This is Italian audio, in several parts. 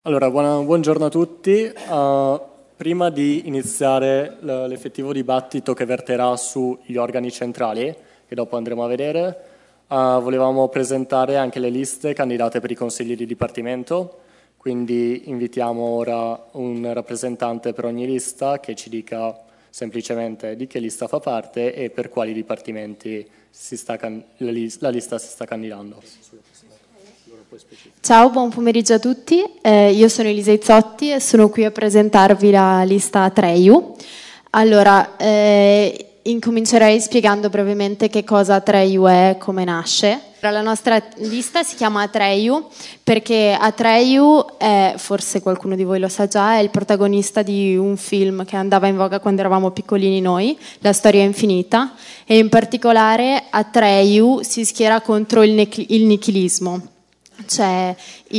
Allora, buongiorno a tutti. Prima di iniziare l'effettivo dibattito che verterà sugli organi centrali, che dopo andremo a vedere, volevamo presentare anche le liste candidate per i consigli di dipartimento, quindi invitiamo ora un rappresentante per ogni lista che ci dica semplicemente di che lista fa parte e per quali dipartimenti la lista si sta candidando. Ciao, buon pomeriggio a tutti. Io sono Elisa Izzotti e sono qui a presentarvi la lista Atreiu. Allora, incomincerei spiegando brevemente che cosa Atreiu è, come nasce. La nostra lista si chiama Atreiu perché Atreiu è, forse qualcuno di voi lo sa già, è il protagonista di un film che andava in voga quando eravamo piccolini noi, La storia infinita, e in particolare Atreiu si schiera contro il nichilismo. C'è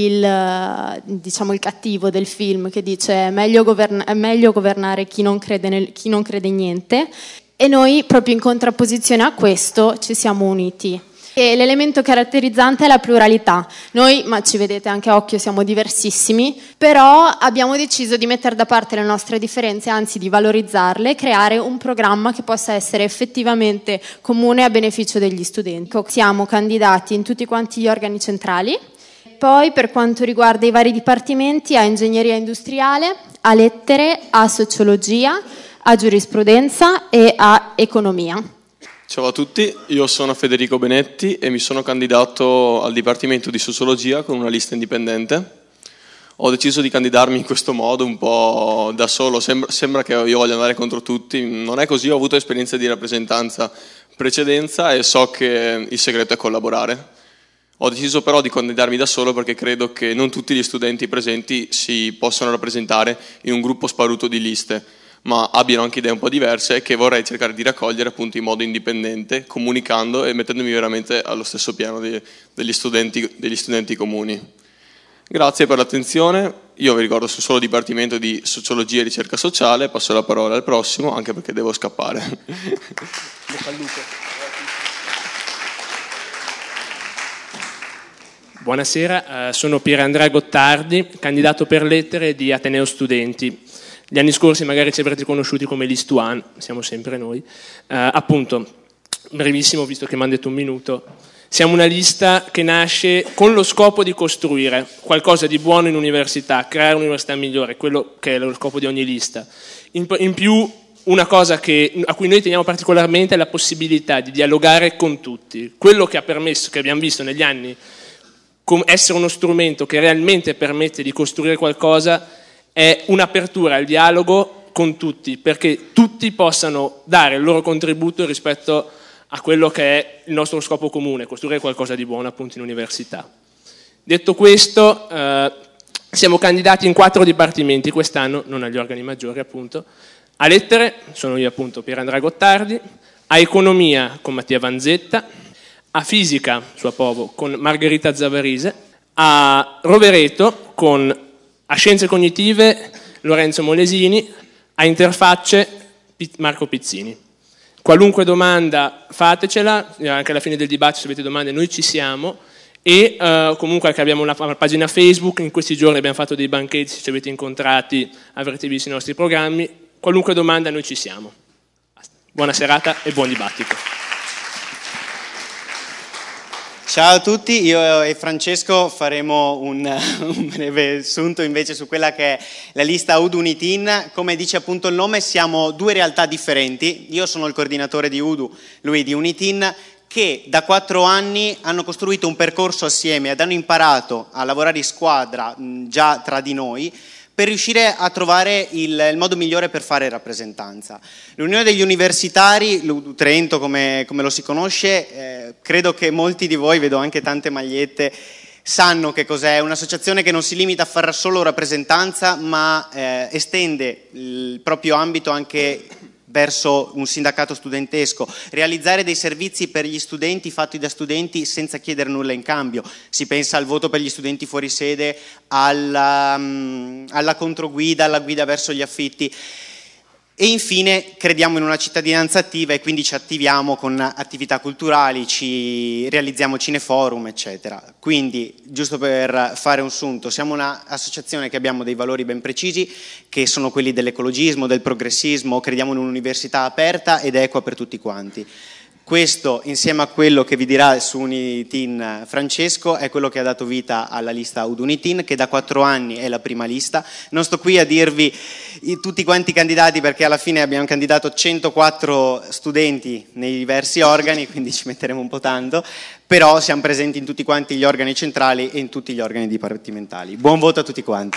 il cattivo del film che dice è meglio governare chi non crede in niente, e noi proprio in contrapposizione a questo ci siamo uniti. E l'elemento caratterizzante è la pluralità. Noi, ma ci vedete anche a occhio, siamo diversissimi, però abbiamo deciso di mettere da parte le nostre differenze, anzi di valorizzarle e creare un programma che possa essere effettivamente comune a beneficio degli studenti. Siamo candidati in tutti quanti gli organi centrali. Poi, per quanto riguarda i vari dipartimenti, a ingegneria industriale, a lettere, a sociologia, a giurisprudenza e a economia. Ciao a tutti, io sono Federico Benetti e mi sono candidato al Dipartimento di Sociologia con una lista indipendente. Ho deciso di candidarmi in questo modo, un po' da solo, sembra che io voglia andare contro tutti, non è così, ho avuto esperienze di rappresentanza precedenza e so che il segreto è collaborare. Ho deciso però di candidarmi da solo perché credo che non tutti gli studenti presenti si possano rappresentare in un gruppo sparuto di liste, ma abbiano anche idee un po' diverse che vorrei cercare di raccogliere appunto in modo indipendente, comunicando e mettendomi veramente allo stesso piano degli studenti comuni. Grazie per l'attenzione, io vi ricordo sul solo Dipartimento di Sociologia e Ricerca Sociale, passo la parola al prossimo anche perché devo scappare. Buonasera, sono Pierandrea Gottardi, candidato per lettere di Ateneo Studenti. Gli anni scorsi magari ci avrete conosciuti come Listuan, siamo sempre noi. Appunto, brevissimo, visto che mi hanno detto un minuto. Siamo una lista che nasce con lo scopo di costruire qualcosa di buono in università, creare un'università migliore, quello che è lo scopo di ogni lista. In più, una cosa a cui noi teniamo particolarmente è la possibilità di dialogare con tutti. Quello che ha permesso, che abbiamo visto negli anni, essere uno strumento che realmente permette di costruire qualcosa è un'apertura al dialogo con tutti, perché tutti possano dare il loro contributo rispetto a quello che è il nostro scopo comune, costruire qualcosa di buono appunto in università. Detto questo, siamo candidati in 4 dipartimenti quest'anno, non agli organi maggiori appunto. A lettere sono io appunto Pierandrea Gottardi, a economia con Mattia Vanzetta, a fisica, sua Povo, con Margherita Zavarise, a Rovereto a scienze cognitive Lorenzo Molesini, a interfacce Marco Pizzini. Qualunque domanda fatecela, anche alla fine del dibattito se avete domande noi ci siamo, e comunque anche abbiamo una pagina Facebook, in questi giorni abbiamo fatto dei banchetti, se ci avete incontrati avrete visto i nostri programmi, qualunque domanda noi ci siamo. Buona serata e buon dibattito. Ciao a tutti, io e Francesco faremo un breve assunto invece su quella che è la lista UDU Unitin. Come dice appunto il nome, siamo 2 realtà differenti. Io sono il coordinatore di UDU, lui di Unitin, che da 4 anni hanno costruito un percorso assieme ed hanno imparato a lavorare in squadra già tra di noi, per riuscire a trovare il modo migliore per fare rappresentanza. L'Unione degli Universitari, l'UDU Trento come lo si conosce, credo che molti di voi, vedo anche tante magliette, sanno che cos'è, un'associazione che non si limita a fare solo rappresentanza, ma estende il proprio ambito anche verso un sindacato studentesco, realizzare dei servizi per gli studenti fatti da studenti senza chiedere nulla in cambio. Si pensa al voto per gli studenti fuori sede, alla controguida, alla guida verso gli affitti. E infine crediamo in una cittadinanza attiva e quindi ci attiviamo con attività culturali, realizziamo cineforum, eccetera. Quindi, giusto per fare un sunto, siamo un'associazione che abbiamo dei valori ben precisi, che sono quelli dell'ecologismo, del progressismo, crediamo in un'università aperta ed equa per tutti quanti. Questo, insieme a quello che vi dirà su Unitin Francesco, è quello che ha dato vita alla lista UD Unitin, che da 4 anni è la prima lista. Non sto qui a dirvi tutti quanti i candidati, perché alla fine abbiamo candidato 104 studenti nei diversi organi, quindi ci metteremo un po' tanto, però siamo presenti in tutti quanti gli organi centrali e in tutti gli organi dipartimentali. Buon voto a tutti quanti.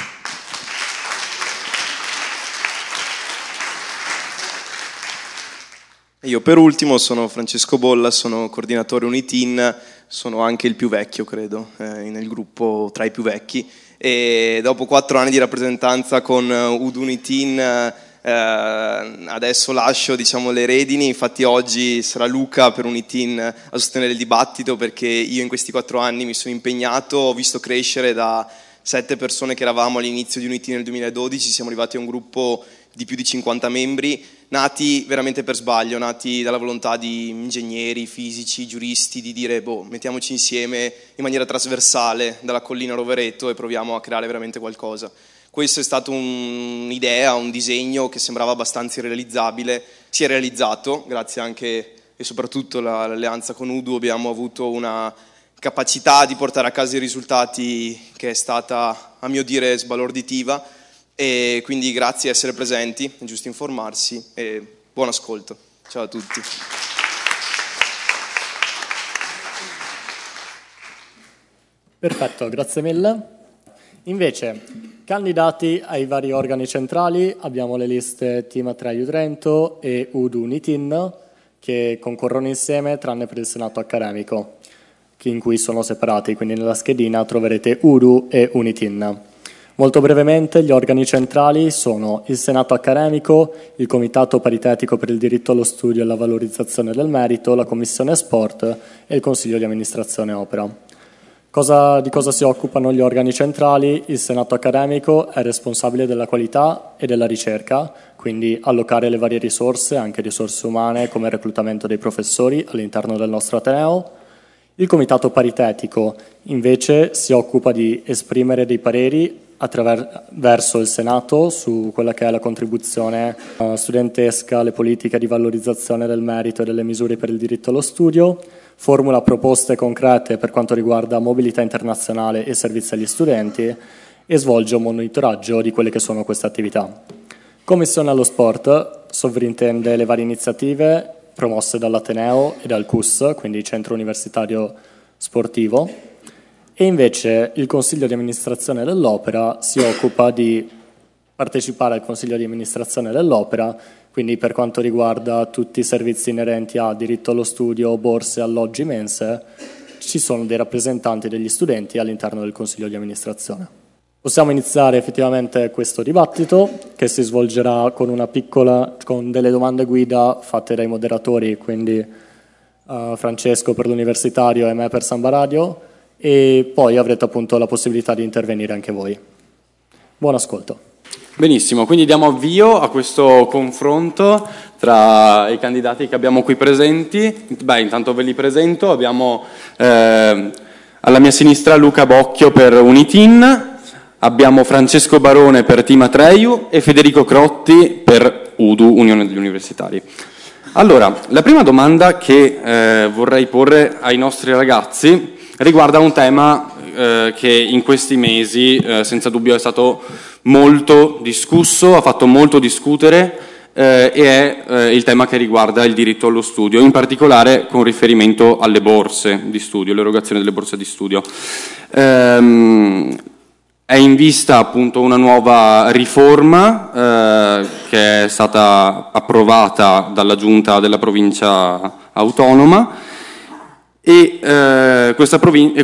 Io per ultimo sono Francesco Bolla, sono coordinatore Unitin, sono anche il più vecchio credo, nel gruppo tra i più vecchi, e dopo 4 anni di rappresentanza con UD Unitin adesso lascio le redini. Infatti oggi sarà Luca per Unitin a sostenere il dibattito, perché io in questi 4 anni mi sono impegnato, ho visto crescere da 7 persone che eravamo all'inizio di Unitin nel 2012, siamo arrivati a un gruppo di più di 50 membri, nati veramente per sbaglio, nati dalla volontà di ingegneri, fisici, giuristi, di dire mettiamoci insieme in maniera trasversale dalla collina Rovereto e proviamo a creare veramente qualcosa. Questo è stato un'idea, un disegno che sembrava abbastanza irrealizzabile, si è realizzato, grazie anche e soprattutto all'alleanza con UDU abbiamo avuto una capacità di portare a casa i risultati che è stata, a mio dire, sbalorditiva. E quindi grazie di essere presenti, è giusto informarsi e buon ascolto. Ciao a tutti. Perfetto, grazie mille. Invece, candidati ai vari organi centrali, abbiamo le liste Team Atreyu Trento e UD Unitin, che concorrono insieme tranne per il Senato accademico, in cui sono separati, quindi nella schedina troverete UDU e Unitin. Molto brevemente, gli organi centrali sono il Senato accademico, il Comitato paritetico per il diritto allo studio e la valorizzazione del merito, la Commissione Sport e il Consiglio di amministrazione Opera. Di cosa si occupano gli organi centrali? Il Senato accademico è responsabile della qualità e della ricerca, quindi allocare le varie risorse, anche risorse umane come il reclutamento dei professori all'interno del nostro Ateneo. Il Comitato paritetico invece si occupa di esprimere dei pareri verso il Senato su quella che è la contribuzione studentesca, le politiche di valorizzazione del merito e delle misure per il diritto allo studio, formula proposte concrete per quanto riguarda mobilità internazionale e servizi agli studenti e svolge un monitoraggio di quelle che sono queste attività. Commissione allo sport sovrintende le varie iniziative promosse dall'Ateneo e dal CUS, quindi Centro Universitario Sportivo, e invece il Consiglio di amministrazione dell'Opera si occupa di partecipare al Consiglio di amministrazione dell'Opera, quindi per quanto riguarda tutti i servizi inerenti a diritto allo studio, borse, alloggi, mense, ci sono dei rappresentanti degli studenti all'interno del Consiglio di amministrazione. Possiamo iniziare effettivamente questo dibattito, che si svolgerà con delle domande guida fatte dai moderatori, quindi Francesco per l'universitario e me per Samba Radio, e poi avrete appunto la possibilità di intervenire anche voi. Buon ascolto. Benissimo, quindi diamo avvio a questo confronto tra i candidati che abbiamo qui presenti. Intanto ve li presento. Abbiamo alla mia sinistra Luca Bocchio per Unitin, abbiamo Francesco Barone per Team Atreyu e Federico Crotti per UDU, Unione degli Universitari. Allora, la prima domanda che vorrei porre ai nostri ragazzi riguarda un tema che in questi mesi senza dubbio è stato molto discusso, ha fatto molto discutere e è il tema che riguarda il diritto allo studio, in particolare con riferimento alle borse di studio, l'erogazione delle borse di studio. È in vista appunto una nuova riforma che è stata approvata dalla Giunta della Provincia Autonoma e questa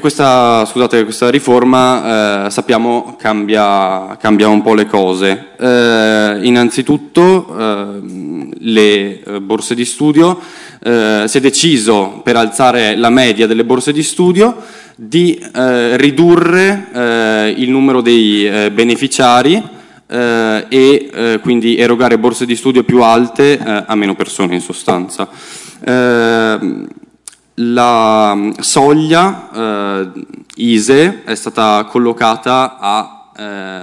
riforma sappiamo cambia un po' le cose. Innanzitutto le borse di studio, si è deciso per alzare la media delle borse di studio di ridurre il numero dei beneficiari quindi erogare borse di studio più alte a meno persone in sostanza. La soglia ISEE è stata collocata a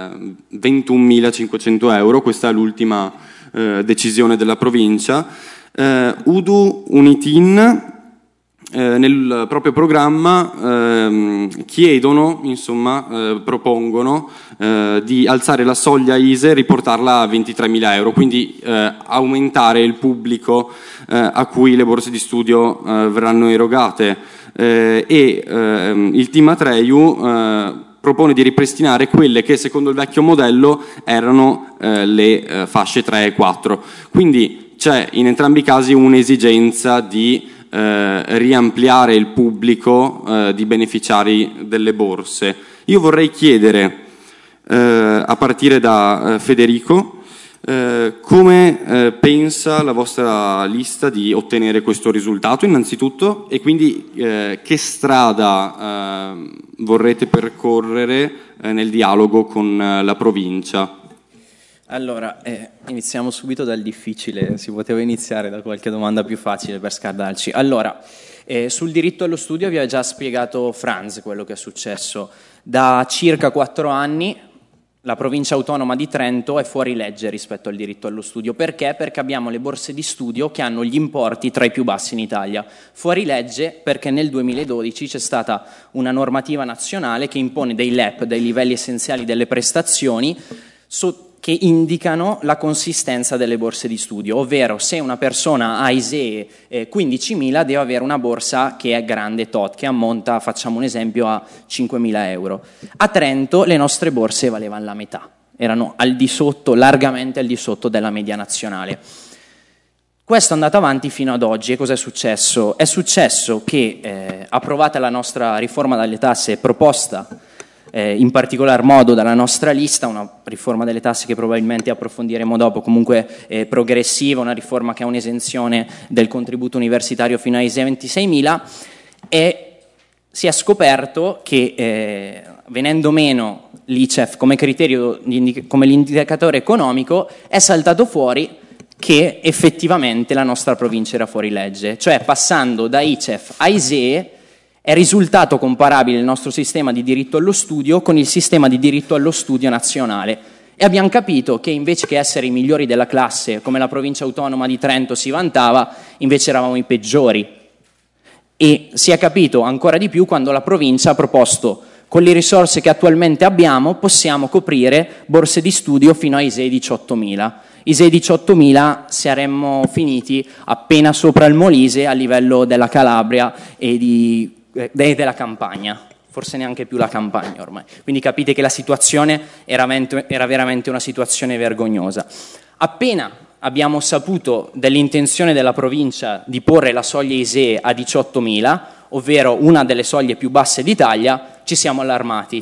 21.500 euro, questa è l'ultima decisione della provincia. Udu Unitin nel proprio programma chiedono, insomma, propongono di alzare la soglia ISEE e riportarla a 23.000 euro, quindi aumentare il pubblico a cui le borse di studio verranno erogate. Il team Atreju propone di ripristinare quelle che secondo il vecchio modello erano le fasce 3 e 4. Quindi c'è in entrambi i casi un'esigenza di riampliare il pubblico di beneficiari delle borse. Io vorrei chiedere, a partire da Federico, come pensa la vostra lista di ottenere questo risultato innanzitutto, e quindi che strada vorrete percorrere nel dialogo con la provincia? Allora, iniziamo subito dal difficile, si poteva iniziare da qualche domanda più facile per scaldarci. Allora, sul diritto allo studio vi ha già spiegato Franz quello che è successo. Da circa 4 anni la provincia autonoma di Trento è fuori legge rispetto al diritto allo studio. Perché? Perché abbiamo le borse di studio che hanno gli importi tra i più bassi in Italia. Fuori legge perché nel 2012 c'è stata una normativa nazionale che impone dei LEP, dei livelli essenziali delle prestazioni, che indicano la consistenza delle borse di studio, ovvero se una persona ha ISEE 15.000 deve avere una borsa che è grande tot, che ammonta, facciamo un esempio, a 5.000 euro. A Trento le nostre borse valevano la metà, erano al di sotto, largamente al di sotto della media nazionale. Questo è andato avanti fino ad oggi. E cosa è successo? È successo che, approvata la nostra riforma delle tasse proposta in particolar modo dalla nostra lista, una riforma delle tasse che probabilmente approfondiremo dopo, comunque progressiva, una riforma che ha un'esenzione del contributo universitario fino ai 26.000, e si è scoperto che venendo meno l'ICEF come criterio, come l'indicatore economico, è saltato fuori che effettivamente la nostra provincia era fuori legge, cioè passando da ICEF a ISEE è risultato comparabile il nostro sistema di diritto allo studio con il sistema di diritto allo studio nazionale, e abbiamo capito che invece che essere i migliori della classe, come la provincia autonoma di Trento si vantava, invece eravamo i peggiori. E si è capito ancora di più quando la provincia ha proposto: con le risorse che attualmente abbiamo possiamo coprire borse di studio fino a ISEE 18.000. ISEE 18.000 saremmo finiti appena sopra il Molise a livello della Calabria e della Campania, forse neanche più la Campania ormai. Quindi capite che la situazione era veramente una situazione vergognosa. Appena abbiamo saputo dell'intenzione della provincia di porre la soglia ISEE a 18.000, ovvero una delle soglie più basse d'Italia, ci siamo allarmati,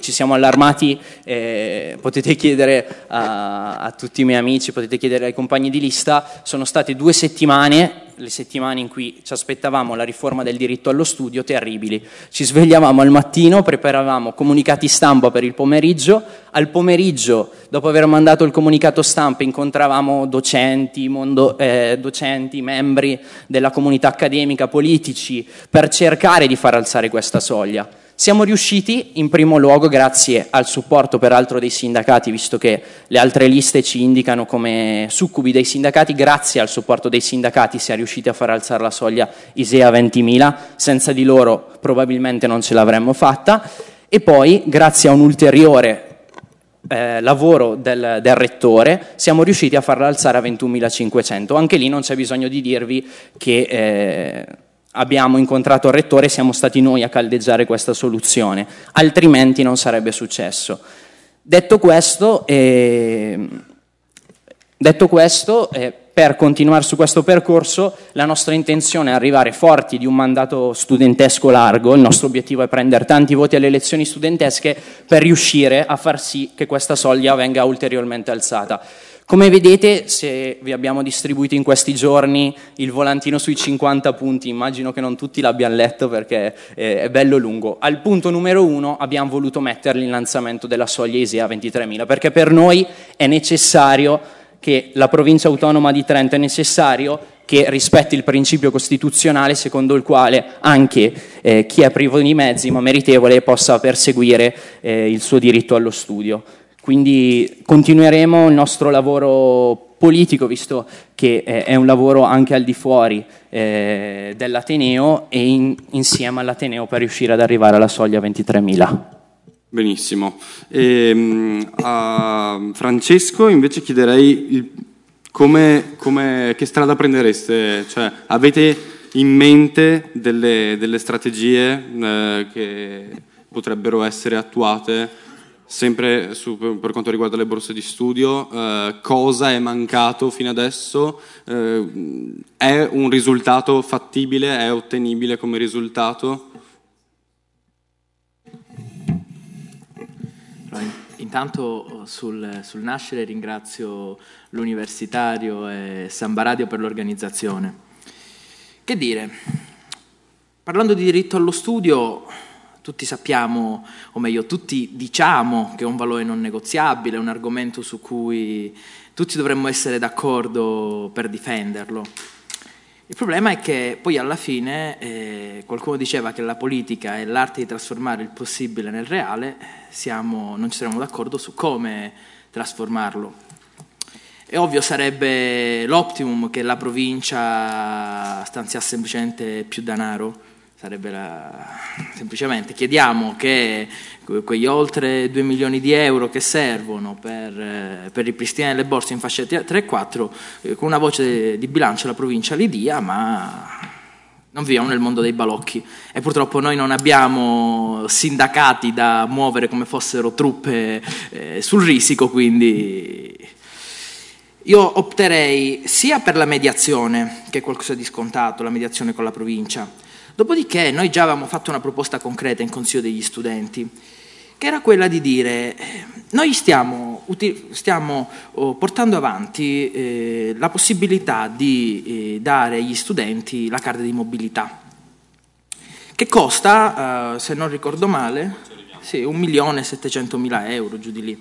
potete chiedere a tutti i miei amici, potete chiedere ai compagni di lista, sono state 2 settimane, le settimane in cui ci aspettavamo la riforma del diritto allo studio, terribili. Ci svegliavamo al mattino, preparavamo comunicati stampa per il pomeriggio, al pomeriggio, dopo aver mandato il comunicato stampa, incontravamo docenti, membri della comunità accademica, politici, per cercare di far alzare questa soglia. Siamo riusciti in primo luogo grazie al supporto peraltro dei sindacati, visto che le altre liste ci indicano come succubi dei sindacati. Grazie al supporto dei sindacati si è riusciti a far alzare la soglia ISEE a 20.000, senza di loro probabilmente non ce l'avremmo fatta, e poi grazie a un ulteriore lavoro del rettore siamo riusciti a farla alzare a 21.500. Anche lì non c'è bisogno di dirvi che abbiamo incontrato il rettore e siamo stati noi a caldeggiare questa soluzione, altrimenti non sarebbe successo. Detto questo, per continuare su questo percorso, la nostra intenzione è arrivare forti di un mandato studentesco largo. Il nostro obiettivo è prendere tanti voti alle elezioni studentesche per riuscire a far sì che questa soglia venga ulteriormente alzata. Come vedete, se vi abbiamo distribuito in questi giorni il volantino sui 50 punti, immagino che non tutti l'abbiano letto perché è bello lungo. Al punto numero 1 abbiamo voluto mettere l'innalzamento della soglia ISEE a 23.000, perché per noi è necessario che la provincia autonoma di Trento è necessario che rispetti il principio costituzionale secondo il quale anche chi è privo di mezzi ma meritevole possa perseguire il suo diritto allo studio. Quindi continueremo il nostro lavoro politico, visto che è un lavoro anche al di fuori dell'Ateneo e insieme all'Ateneo per riuscire ad arrivare alla soglia 23.000. Benissimo. A Francesco invece chiederei che strada prendereste? Cioè, avete in mente delle strategie che potrebbero essere attuate? Sempre per quanto riguarda le borse di studio, cosa è mancato fino adesso? È un risultato fattibile? È ottenibile come risultato? Intanto sul nascere ringrazio l'Universitario e Samba Radio per l'organizzazione. Che dire, parlando di diritto allo studio, tutti sappiamo, o meglio tutti diciamo che è un valore non negoziabile, è un argomento su cui tutti dovremmo essere d'accordo per difenderlo. Il problema è che poi alla fine qualcuno diceva che la politica è l'arte di trasformare il possibile nel reale, non ci saremmo d'accordo su come trasformarlo. È ovvio, sarebbe l'optimum che la provincia stanziasse semplicemente più denaro, semplicemente chiediamo che quegli oltre 2 milioni di euro che servono per ripristinare le borse in fascia 3 e 4, con una voce di bilancio la provincia li dia, ma non viviamo nel mondo dei balocchi e purtroppo noi non abbiamo sindacati da muovere come fossero truppe sul risico, quindi io opterei sia per la mediazione, che è qualcosa di scontato, la mediazione con la provincia. Dopodiché noi già avevamo fatto una proposta concreta in Consiglio degli Studenti, che era quella di dire noi stiamo portando avanti la possibilità di dare agli studenti la carta di mobilità, che costa, se non ricordo male, 1.700.000 euro, giù di lì.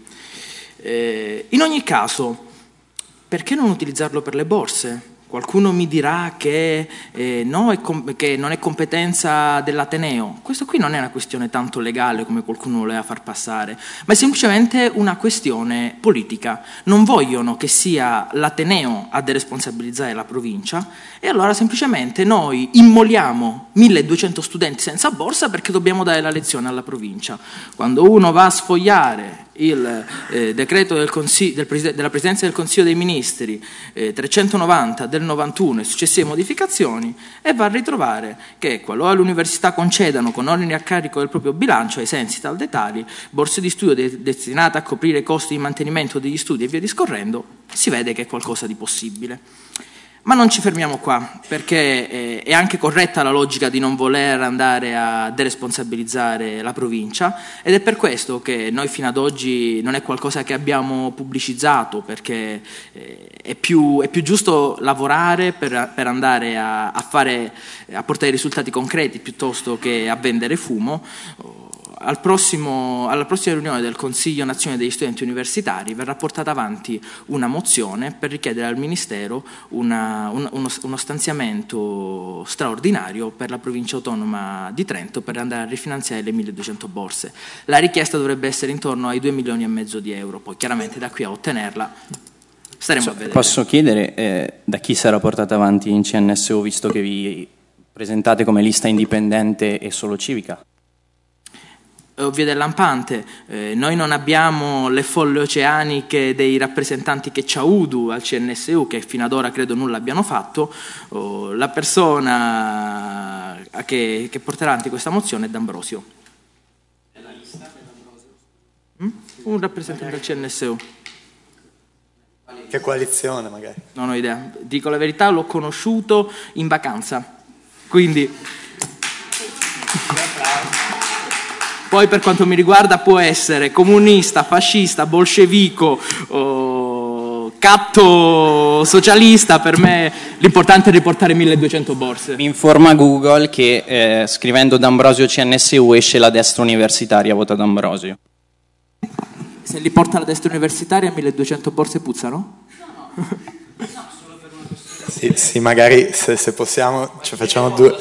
In ogni caso, perché non utilizzarlo per le borse? Qualcuno mi dirà che che non è competenza dell'Ateneo. Questo qui non è una questione tanto legale come qualcuno voleva far passare, ma è semplicemente una questione politica. Non vogliono che sia l'Ateneo a deresponsabilizzare la provincia e allora semplicemente noi immoliamo 1.200 studenti senza borsa perché dobbiamo dare la lezione alla provincia. Quando uno va a sfogliare il decreto della Presidenza del Consiglio dei Ministri 390 del 91 e successive modificazioni, e va a ritrovare che qualora l'università concedano con ordine a carico del proprio bilancio, ai sensi tal dettagli, borse di studio destinate a coprire i costi di mantenimento degli studi e via discorrendo, si vede che è qualcosa di possibile. Ma non ci fermiamo qua, perché è anche corretta la logica di non voler andare a deresponsabilizzare la provincia, ed è per questo che noi fino ad oggi non è qualcosa che abbiamo pubblicizzato, perché è più giusto lavorare per andare a portare risultati concreti piuttosto che a vendere fumo. Alla prossima riunione del Consiglio Nazionale degli Studenti Universitari verrà portata avanti una mozione per richiedere al Ministero uno stanziamento straordinario per la provincia autonoma di Trento per andare a rifinanziare le 1.200 borse. La richiesta dovrebbe essere intorno ai 2,5 milioni di euro, poi chiaramente da qui a ottenerla staremo a vedere. Posso chiedere da chi sarà portata avanti in CNSU, visto che vi presentate come lista indipendente e solo civica? Ovvio del lampante, noi non abbiamo le folle oceaniche dei rappresentanti che c'ha Udu al CNSU, che fino ad ora credo nulla abbiano fatto. La persona che porterà avanti questa mozione è D'Ambrosio. È la lista per D'Ambrosio? Un rappresentante del CNSU. Che coalizione magari? Non ho idea, dico la verità, l'ho conosciuto in vacanza, quindi... Poi per quanto mi riguarda può essere comunista, fascista, bolscevico, catto socialista, per me l'importante è riportare 1200 borse. Mi informa Google che scrivendo D'Ambrosio CNSU esce la destra universitaria vota D'Ambrosio. Se li porta alla destra universitaria 1200 borse puzzano? Sì, magari se possiamo ci facciamo due.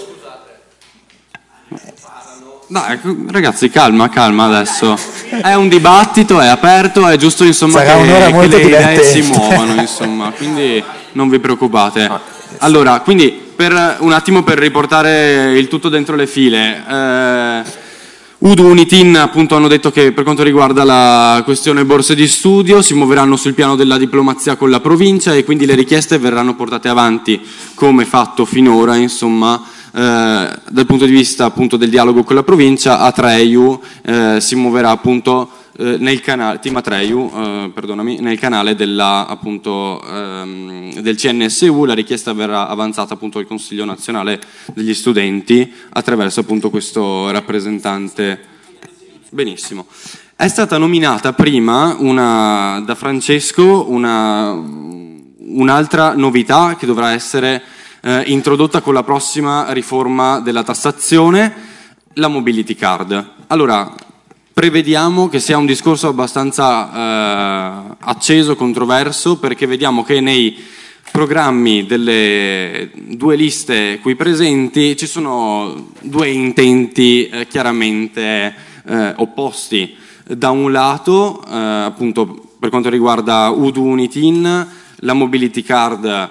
Dai, ragazzi, calma adesso. È un dibattito, è aperto, è giusto insomma che le idee si muovano, insomma, quindi non vi preoccupate. Allora, quindi per un attimo per riportare il tutto dentro le file, Udu Unitin appunto hanno detto che per quanto riguarda la questione borse di studio si muoveranno sul piano della diplomazia con la provincia e quindi le richieste verranno portate avanti come fatto finora, insomma. Dal punto di vista appunto del dialogo con la provincia, Atreju si muoverà appunto nel canale Team Atreju, perdonami, nel canale della, appunto, del CNSU. La richiesta verrà avanzata appunto al Consiglio Nazionale degli Studenti attraverso appunto questo rappresentante. Benissimo. È stata nominata prima da Francesco un'altra novità che dovrà essere introdotta con la prossima riforma della tassazione, la mobility card. Allora, prevediamo che sia un discorso abbastanza acceso, controverso, perché vediamo che nei programmi delle due liste qui presenti ci sono due intenti chiaramente opposti. Da un lato, appunto, per quanto riguarda Udu Unitin, la mobility card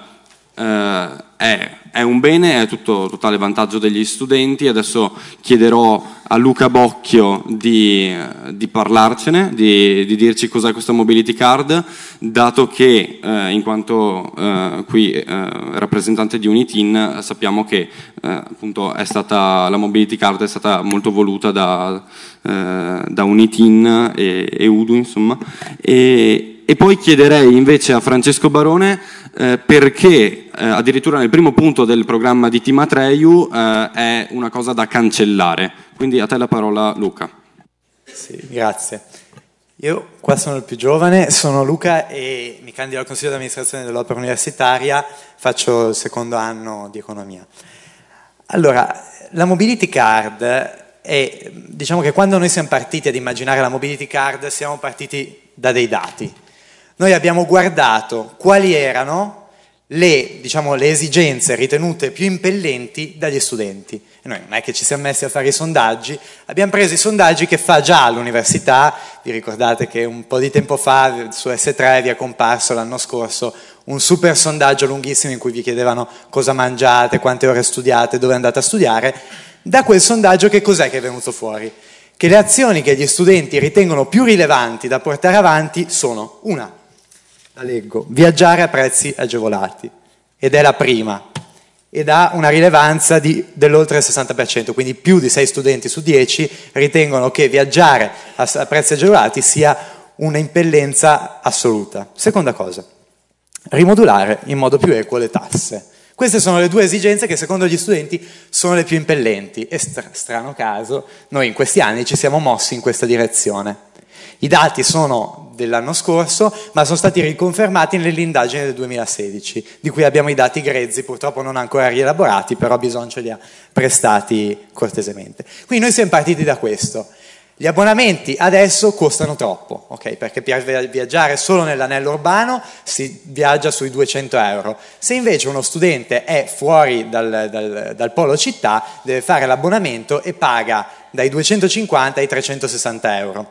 è un bene, è tutto totale vantaggio degli studenti. Adesso chiederò a Luca Bocchio di parlarcene, di dirci cos'è questa mobility card, dato che in quanto qui rappresentante di Unitin sappiamo che appunto la mobility card è stata molto voluta da Unitin e Udu, insomma. E poi chiederei invece a Francesco Barone perché addirittura nel primo punto del programma di Team Atreju è una cosa da cancellare. Quindi a te la parola, Luca. Sì, grazie. Io qua sono il più giovane, sono Luca e mi candido al Consiglio di amministrazione dell'Opera Universitaria, faccio il secondo anno di economia. Allora, la mobility card è, diciamo che quando noi siamo partiti ad immaginare la mobility card siamo partiti da dei dati. Noi abbiamo guardato quali erano le esigenze ritenute più impellenti dagli studenti. E noi non è che ci siamo messi a fare i sondaggi, abbiamo preso i sondaggi che fa già l'università. Vi ricordate che un po' di tempo fa su S3 vi è comparso l'anno scorso un super sondaggio lunghissimo in cui vi chiedevano cosa mangiate, quante ore studiate, dove andate a studiare. Da quel sondaggio che cos'è che è venuto fuori? Che le azioni che gli studenti ritengono più rilevanti da portare avanti sono una, la leggo, viaggiare a prezzi agevolati, ed è la prima, ed ha una rilevanza dell'oltre il 60%, quindi più di 6 studenti su 10 ritengono che viaggiare a prezzi agevolati sia un'impellenza assoluta. Seconda cosa, rimodulare in modo più equo le tasse. Queste sono le due esigenze che secondo gli studenti sono le più impellenti e strano caso noi in questi anni ci siamo mossi in questa direzione. I dati sono dell'anno scorso ma sono stati riconfermati nell'indagine del 2016 di cui abbiamo i dati grezzi, purtroppo non ancora rielaborati, però Bison ce li ha prestati cortesemente. Quindi noi siamo partiti da questo. Gli abbonamenti adesso costano troppo, okay? Perché per viaggiare solo nell'anello urbano si viaggia sui 200 euro. Se invece uno studente è fuori dal polo città, deve fare l'abbonamento e paga dai 250 ai 360 euro.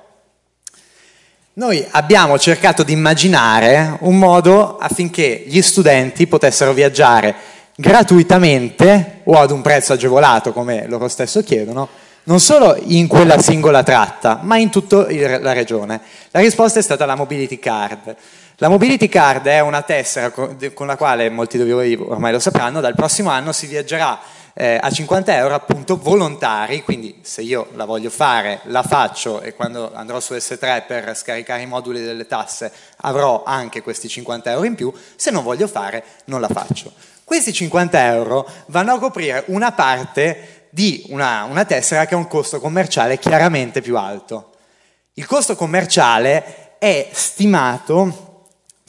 Noi abbiamo cercato di immaginare un modo affinché gli studenti potessero viaggiare gratuitamente o ad un prezzo agevolato, come loro stesso chiedono, non solo in quella singola tratta, ma in tutta la regione. La risposta è stata la mobility card. La mobility card è una tessera con la quale, molti di voi ormai lo sapranno, dal prossimo anno si viaggerà a 50 euro appunto volontari, quindi se io la voglio fare, la faccio e quando andrò su S3 per scaricare i moduli delle tasse avrò anche questi 50 euro in più, se non voglio fare non la faccio. Questi 50 euro vanno a coprire una parte di una tessera che ha un costo commerciale chiaramente più alto. Il costo commerciale è stimato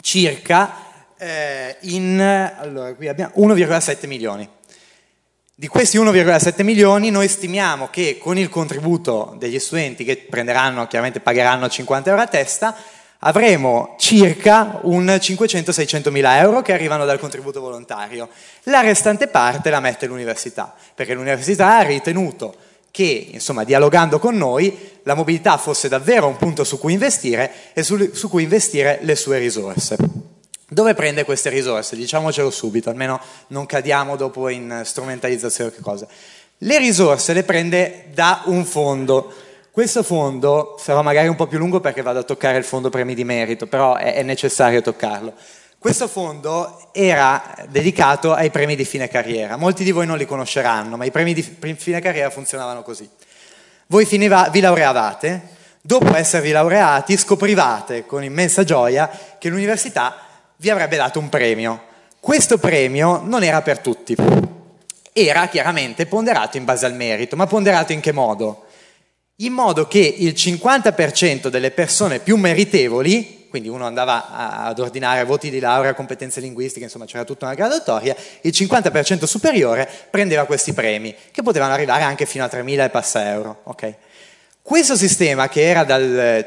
circa allora qui abbiamo 1,7 milioni. Di questi 1,7 milioni noi stimiamo che con il contributo degli studenti che chiaramente pagheranno 50 euro a testa, avremo circa un 500-600 mila euro che arrivano dal contributo volontario. La restante parte la mette l'università, perché l'università ha ritenuto che, insomma, dialogando con noi, la mobilità fosse davvero un punto su cui investire e su cui investire le sue risorse. Dove prende queste risorse? Diciamocelo subito, almeno non cadiamo dopo in strumentalizzazione o che cosa. Le risorse le prende da un fondo. Questo fondo sarà magari un po' più lungo perché vado a toccare il fondo premi di merito, però è necessario toccarlo. Questo fondo era dedicato ai premi di fine carriera. Molti di voi non li conosceranno, ma i premi di fine carriera funzionavano così. Voi vi laureavate, dopo esservi laureati scoprivate con immensa gioia che l'università vi avrebbe dato un premio. Questo premio non era per tutti, era chiaramente ponderato in base al merito, ma ponderato in che modo? In modo che il 50% delle persone più meritevoli, quindi uno andava ad ordinare voti di laurea, competenze linguistiche, insomma c'era tutta una graduatoria, il 50% superiore prendeva questi premi, che potevano arrivare anche fino a 3.000 e passa euro, ok? Questo sistema, che era dal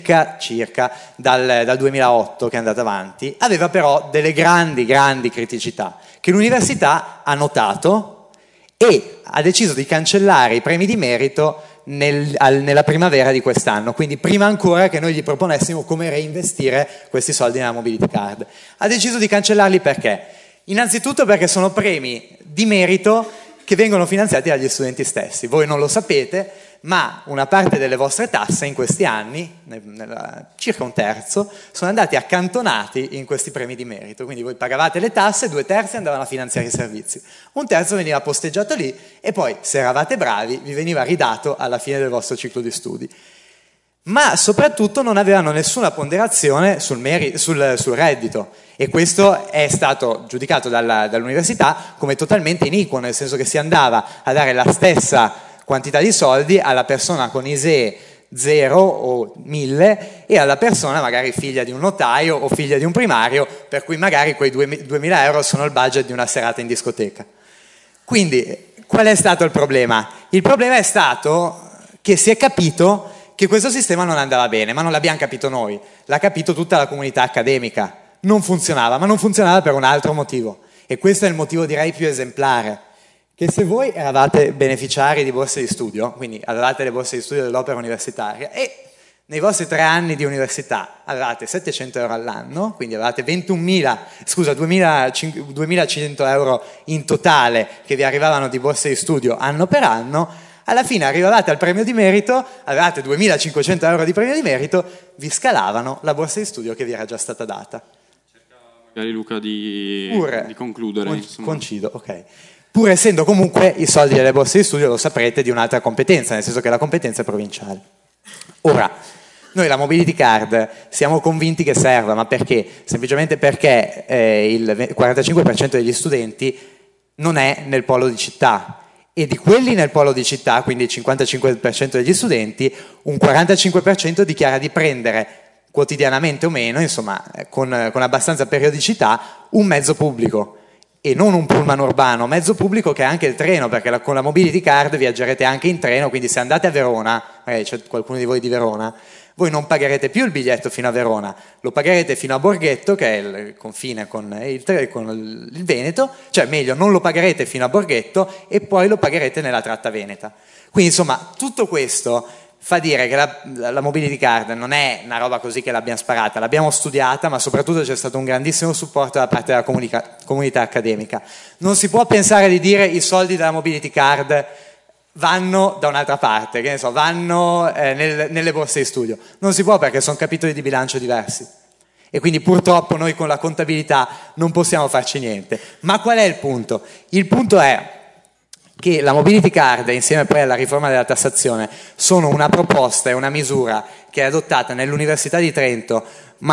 2008 che è andato avanti, aveva però delle grandi criticità che l'università ha notato e ha deciso di cancellare i premi di merito nella primavera di quest'anno, quindi prima ancora che noi gli proponessimo come reinvestire questi soldi nella Mobility Card. Ha deciso di cancellarli perché? Innanzitutto perché sono premi di merito che vengono finanziati dagli studenti stessi. Voi non lo sapete, ma una parte delle vostre tasse in questi anni, circa un terzo, sono andati accantonati in questi premi di merito. Quindi voi pagavate le tasse, 2/3 andavano a finanziare i servizi, un terzo veniva posteggiato lì e poi, se eravate bravi, vi veniva ridato alla fine del vostro ciclo di studi. Ma soprattutto non avevano nessuna ponderazione sul reddito, e questo è stato giudicato dall'università come totalmente iniquo, nel senso che si andava a dare la stessa quantità di soldi alla persona con ISEE 0 o 1000 e alla persona magari figlia di un notaio o figlia di un primario, per cui magari quei 2.000 euro sono il budget di una serata in discoteca. Quindi qual è stato il problema? Il problema è stato che si è capito che questo sistema non andava bene, ma non l'abbiamo capito noi, l'ha capito tutta la comunità accademica. Non funzionava, ma non funzionava per un altro motivo, e questo è il motivo direi più esemplare. Che se voi eravate beneficiari di borse di studio, quindi avevate le borse di studio dell'opera universitaria e nei vostri 3 anni di università avevate 700 euro all'anno, quindi avevate 2.500 euro in totale che vi arrivavano di borse di studio anno per anno, alla fine arrivavate al premio di merito, avevate 2.500 euro di premio di merito, vi scalavano la borsa di studio che vi era già stata data. Cerca magari Luca di concludere. Concido, ok. Pur essendo comunque i soldi delle borse di studio, lo saprete, di un'altra competenza, nel senso che la competenza è provinciale. Ora, noi la Mobility Card siamo convinti che serva, ma perché? Semplicemente perché il 45% degli studenti non è nel polo di città, e di quelli nel polo di città, quindi il 55% degli studenti, un 45% dichiara di prendere quotidianamente o meno, insomma con abbastanza periodicità, un mezzo pubblico. E non un pullman urbano, mezzo pubblico che è anche il treno, perché con la Mobility Card viaggerete anche in treno, quindi se andate a Verona, magari c'è qualcuno di voi di Verona, voi non pagherete più il biglietto fino a Verona, lo pagherete fino a Borghetto, che è il confine con il Veneto, cioè meglio, non lo pagherete fino a Borghetto e poi lo pagherete nella tratta veneta. Quindi insomma, tutto questo fa dire che la Mobility Card non è una roba così che l'abbiamo sparata, l'abbiamo studiata, ma soprattutto c'è stato un grandissimo supporto da parte della comunità accademica. Non si può pensare di dire i soldi della Mobility Card vanno da un'altra parte, che ne so, vanno nelle borse di studio. Non si può, perché sono capitoli di bilancio diversi. E quindi purtroppo noi con la contabilità non possiamo farci niente. Ma qual è il punto? Il punto è che la Mobility Card, insieme poi alla riforma della tassazione, sono una proposta e una misura che è adottata nell'Università di Trento, ma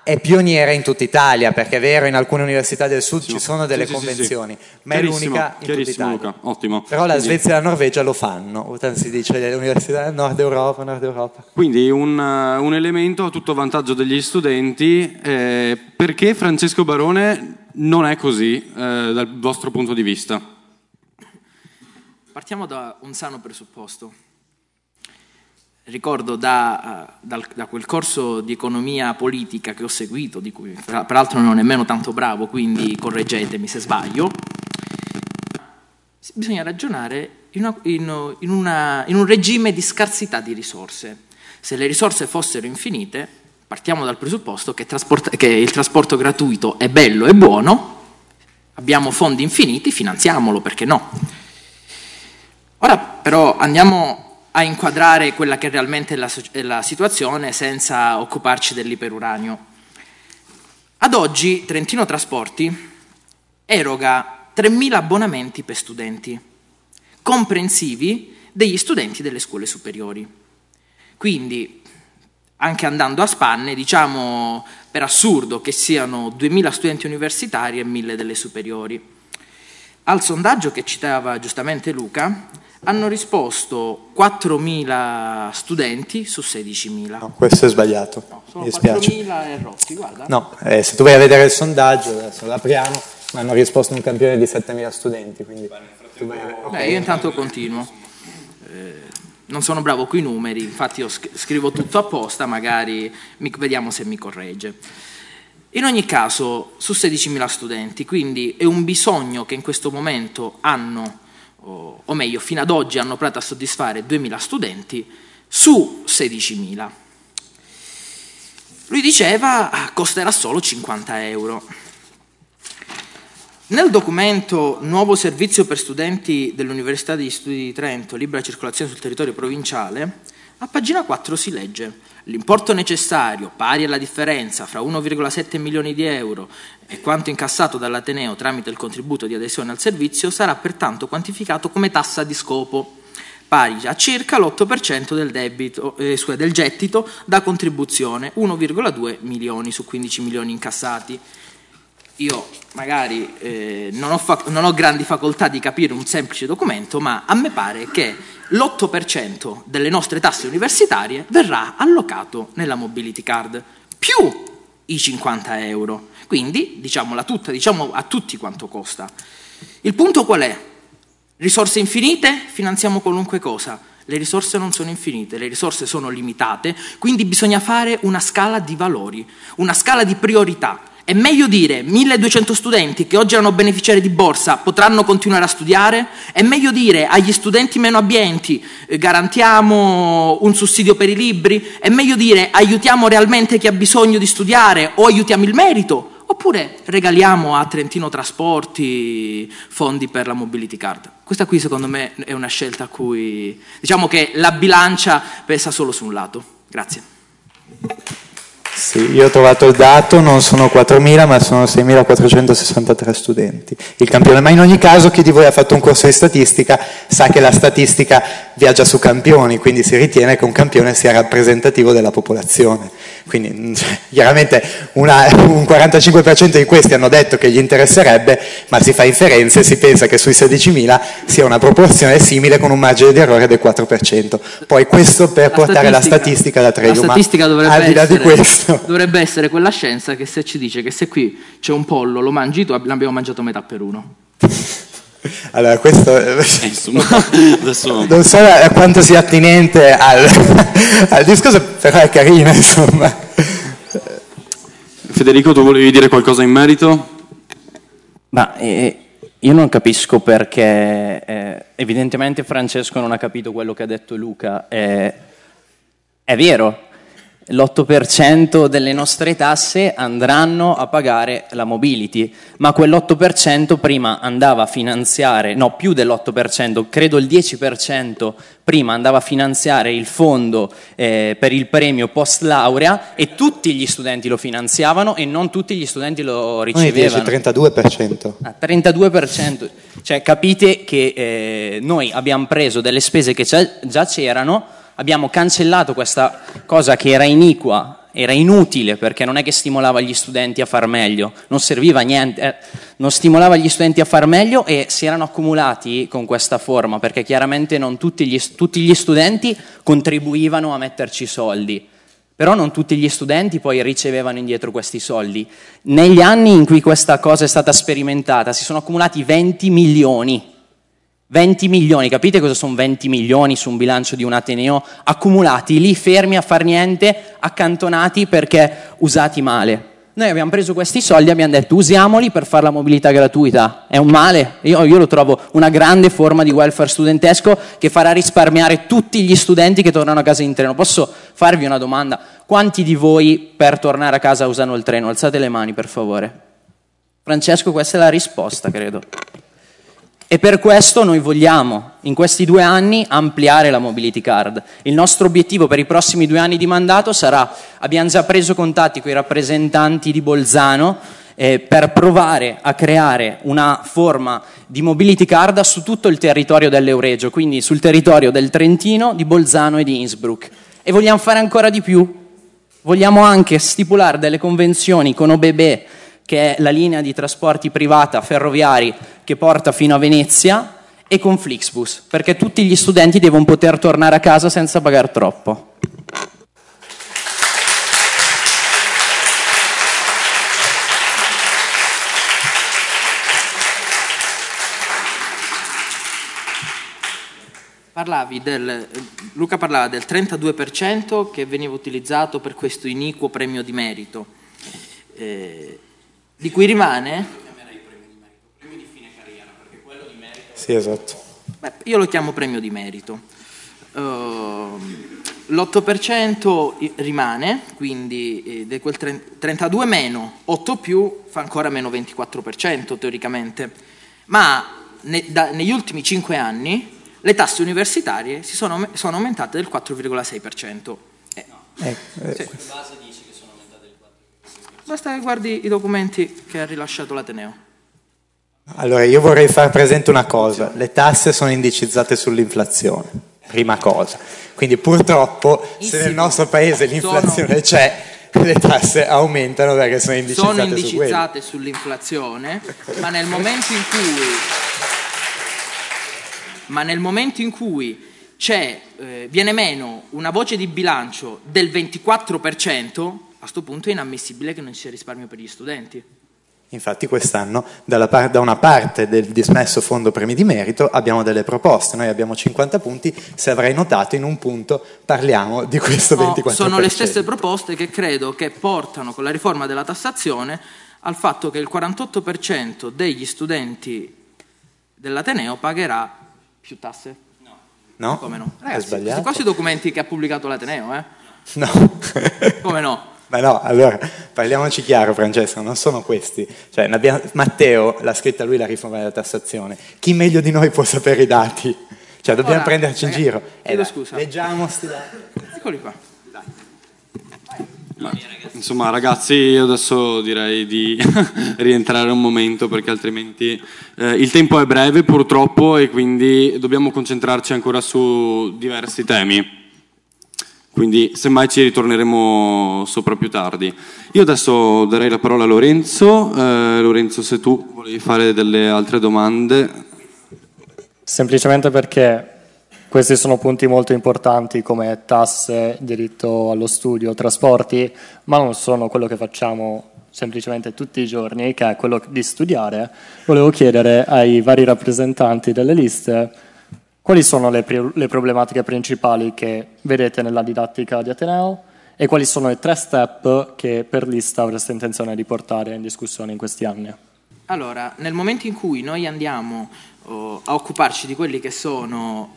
è pioniera in tutta Italia, perché è vero, in alcune università del sud ci sono delle convenzioni, ma è l'unica in tutta Italia. Luca, ottimo. Però la Svezia e la Norvegia lo fanno, si dice le università del Nord Europa. Quindi un elemento a tutto vantaggio degli studenti, perché Francesco Barone non è così dal vostro punto di vista? Partiamo da un sano presupposto. Ricordo da quel corso di economia politica che ho seguito, di cui peraltro non è nemmeno tanto bravo, quindi correggetemi se sbaglio, bisogna ragionare in un regime di scarsità di risorse. Se le risorse fossero infinite, partiamo dal presupposto che il trasporto gratuito è bello e buono, abbiamo fondi infiniti, finanziamolo, perché no? Ora però andiamo a inquadrare quella che realmente è la situazione senza occuparci dell'iperuranio. Ad oggi Trentino Trasporti eroga 3.000 abbonamenti per studenti, comprensivi degli studenti delle scuole superiori. Quindi, anche andando a spanne, diciamo per assurdo che siano 2.000 studenti universitari e 1.000 delle superiori. Al sondaggio che citava giustamente Luca, hanno risposto 4.000 studenti su 16.000. No, questo è sbagliato. No, sono mi dispiace. 4.000 e rotti, guarda. No, se tu vai a vedere il sondaggio, adesso l'apriamo, ma hanno risposto un campione di 7.000 studenti. Quindi io intanto continuo. Non sono bravo coi numeri, infatti io scrivo tutto apposta, magari vediamo se mi corregge. In ogni caso, su 16.000 studenti, quindi è un bisogno che in questo momento hanno, o meglio, fino ad oggi hanno provato a soddisfare 2.000 studenti su 16.000. Lui diceva costerà solo 50 euro. Nel documento Nuovo servizio per studenti dell'Università degli Studi di Trento, libera circolazione sul territorio provinciale, a pagina 4 si legge: l'importo necessario, pari alla differenza fra 1,7 milioni di euro e quanto incassato dall'Ateneo tramite il contributo di adesione al servizio, sarà pertanto quantificato come tassa di scopo, pari a circa l'8% del gettito da contribuzione, 1,2 milioni su 15 milioni incassati. Io magari non ho grandi facoltà di capire un semplice documento, ma a me pare che l'8% delle nostre tasse universitarie verrà allocato nella mobility card, più i 50 euro. Quindi, diciamola tutta, diciamo a tutti quanto costa. Il punto qual è? Risorse infinite? Finanziamo qualunque cosa. Le risorse non sono infinite, le risorse sono limitate, quindi bisogna fare una scala di valori, una scala di priorità. È meglio dire 1.200 studenti che oggi erano beneficiari di borsa potranno continuare a studiare? È meglio dire agli studenti meno abbienti garantiamo un sussidio per i libri? È meglio dire aiutiamo realmente chi ha bisogno di studiare o aiutiamo il merito? Oppure regaliamo a Trentino Trasporti fondi per la mobility card? Questa qui secondo me è una scelta a cui diciamo che la bilancia pesa solo su un lato. Grazie. Sì, io ho trovato il dato, non sono 4.000 ma sono 6.463 studenti. Il campione, ma in ogni caso chi di voi ha fatto un corso di statistica sa che la statistica viaggia su campioni, quindi si ritiene che un campione sia rappresentativo della popolazione. Quindi chiaramente un 45% di questi hanno detto che gli interesserebbe, ma si fa inferenza e si pensa che sui 16.000 sia una proporzione simile con un margine di errore del 4%. Poi questo per portare la statistica da Trelio, ma al di là di questo dovrebbe essere quella scienza che se ci dice che se qui c'è un pollo lo mangi tu, l'abbiamo mangiato metà per uno. Allora questo adesso non so quanto sia attinente al discorso, però è carino, insomma. Federico, tu volevi dire qualcosa in merito? Ma io non capisco perché evidentemente Francesco non ha capito quello che ha detto Luca. È vero, l'8% delle nostre tasse andranno a pagare la mobility, ma quell'8% prima andava a finanziare, no, più dell'8%, credo il 10% prima andava a finanziare il fondo per il premio post laurea e tutti gli studenti lo finanziavano e non tutti gli studenti lo ricevevano. Noi invece 32%. 32%, cioè capite che noi abbiamo preso delle spese che già c'erano, abbiamo cancellato questa cosa che era iniqua era inutile perché non è che stimolava gli studenti a far meglio, non serviva a niente, non stimolava gli studenti a far meglio e si erano accumulati con questa forma perché chiaramente non tutti gli studenti contribuivano a metterci soldi, però non tutti gli studenti poi ricevevano indietro questi soldi. Negli anni in cui questa cosa è stata sperimentata si sono accumulati 20 milioni. 20 milioni, capite cosa sono 20 milioni su un bilancio di un ateneo accumulati lì fermi a far niente, accantonati perché usati male. Noi abbiamo preso questi soldi e abbiamo detto usiamoli per fare la mobilità gratuita. È un male? Io lo trovo una grande forma di welfare studentesco che farà risparmiare tutti gli studenti che tornano a casa in treno. Posso farvi una domanda? Quanti di voi per tornare a casa usano il treno? Alzate le mani per favore. Francesco, questa è la risposta, credo. E per questo noi vogliamo, in questi 2 anni, ampliare la Mobility Card. Il nostro obiettivo per i prossimi 2 anni di mandato sarà, abbiamo già preso contatti con i rappresentanti di Bolzano per provare a creare una forma di Mobility Card su tutto il territorio dell'Euregio, quindi sul territorio del Trentino, di Bolzano e di Innsbruck. E vogliamo fare ancora di più. Vogliamo anche stipulare delle convenzioni con OBB, che è la linea di trasporti privata ferroviari che porta fino a Venezia, e con Flixbus, perché tutti gli studenti devono poter tornare a casa senza pagare troppo. Luca parlava del 32% che veniva utilizzato per questo iniquo premio di merito, di cui rimane... Sì, esatto. Io lo chiamo premio di merito. L'8% rimane, quindi di quel 32 meno 8 più fa ancora meno 24% teoricamente, ma negli ultimi 5 anni le tasse universitarie sono aumentate del 4,6%. Sì. Base dici che sono aumentate del 4,6%. Basta che guardi i documenti che ha rilasciato l'Ateneo. Allora, io vorrei far presente una cosa: le tasse sono indicizzate sull'inflazione, prima cosa. Quindi purtroppo se nel nostro paese l'inflazione c'è, le tasse aumentano perché sono indicizzate sull'inflazione, ma nel momento in cui viene meno una voce di bilancio del 24%, a questo punto è inammissibile che non ci sia risparmio per gli studenti. Infatti quest'anno da una parte del dismesso fondo premi di merito abbiamo delle proposte, noi abbiamo 50 punti, se avrai notato in un punto parliamo di questo 24%. Sono le stesse proposte che credo che portano con la riforma della tassazione al fatto che il 48% degli studenti dell'Ateneo pagherà più tasse. No? Come no? È sbagliato. Questi documenti che ha pubblicato l'Ateneo, No. Come no? Ma no, allora, parliamoci chiaro, Francesco, non sono questi. Cioè, Matteo l'ha scritta lui la riforma della tassazione. Chi meglio di noi può sapere i dati? Cioè, dobbiamo prenderci in giro. Scusa. Leggiamo sti dati. Eccoli qua. Insomma, ragazzi, io adesso direi di rientrare un momento perché altrimenti il tempo è breve purtroppo e quindi dobbiamo concentrarci ancora su diversi temi. Quindi semmai ci ritorneremo sopra più tardi. Io adesso darei la parola a Lorenzo. Lorenzo, se tu volevi fare delle altre domande. Semplicemente perché questi sono punti molto importanti come tasse, diritto allo studio, trasporti, ma non sono quello che facciamo semplicemente tutti i giorni, che è quello di studiare. Volevo chiedere ai vari rappresentanti delle liste quali sono le problematiche principali che vedete nella didattica di Ateneo e quali sono i 3 step che per lista avreste intenzione di portare in discussione in questi anni? Allora, nel momento in cui noi andiamo a occuparci di quelli che sono,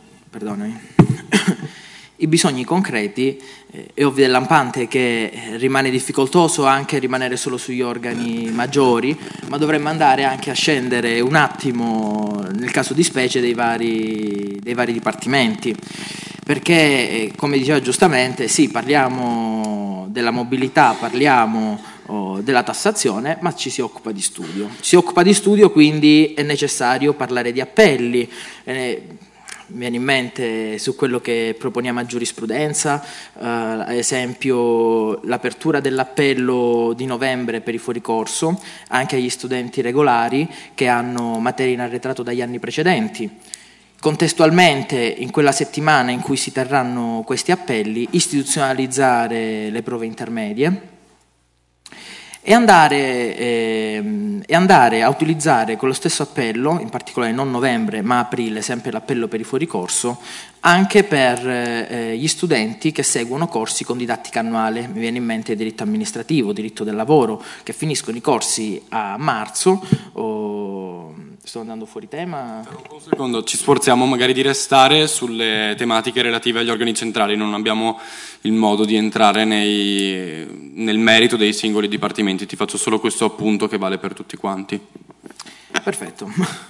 i bisogni concreti, è ovvio e lampante che rimane difficoltoso anche rimanere solo sugli organi maggiori, ma dovremmo andare anche a scendere un attimo, nel caso di specie, dei vari dipartimenti, perché come diceva giustamente, sì, parliamo della mobilità, parliamo della tassazione, ma ci si occupa di studio. Si occupa di studio, quindi è necessario parlare di appelli. mi viene in mente su quello che proponiamo a giurisprudenza, ad esempio l'apertura dell'appello di novembre per i fuoricorso anche agli studenti regolari che hanno materie in arretrato dagli anni precedenti. Contestualmente, in quella settimana in cui si terranno questi appelli, istituzionalizzare le prove intermedie e andare a utilizzare con lo stesso appello, in particolare non novembre ma aprile, sempre l'appello per i fuoricorso, anche per gli studenti che seguono corsi con didattica annuale. Mi viene in mente diritto amministrativo, diritto del lavoro, che finiscono i corsi a marzo sto andando fuori tema. Un secondo, ci sforziamo magari di restare sulle tematiche relative agli organi centrali, non abbiamo il modo di entrare nel merito dei singoli dipartimenti, ti faccio solo questo appunto che vale per tutti quanti. Perfetto.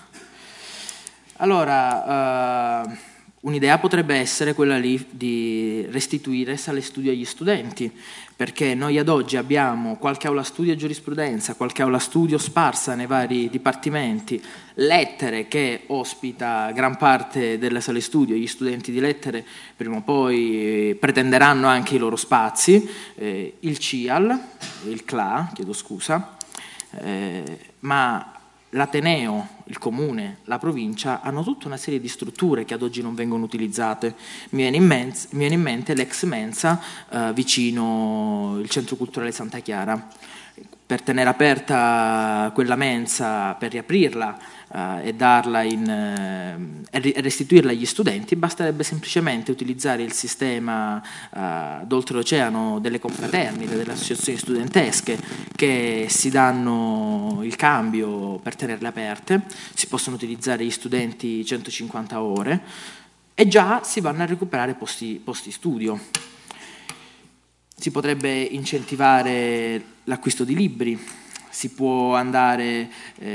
Allora, un'idea potrebbe essere quella lì di restituire sale studio agli studenti, perché noi ad oggi abbiamo qualche aula studio e giurisprudenza, qualche aula studio sparsa nei vari dipartimenti, lettere che ospita gran parte delle sale studio, gli studenti di lettere prima o poi pretenderanno anche i loro spazi, il CIAL, il CLA, chiedo scusa, ma l'Ateneo, il Comune, la Provincia hanno tutta una serie di strutture che ad oggi non vengono utilizzate. Mi viene in mente l'ex Mensa vicino il Centro Culturale Santa Chiara. Per tenere aperta quella mensa, per riaprirla e darla e restituirla agli studenti, basterebbe semplicemente utilizzare il sistema d'oltreoceano delle confraternite, delle associazioni studentesche che si danno il cambio per tenerle aperte. Si possono utilizzare gli studenti 150 ore e già si vanno a recuperare posti studio. Si potrebbe incentivare l'acquisto di libri, si può andare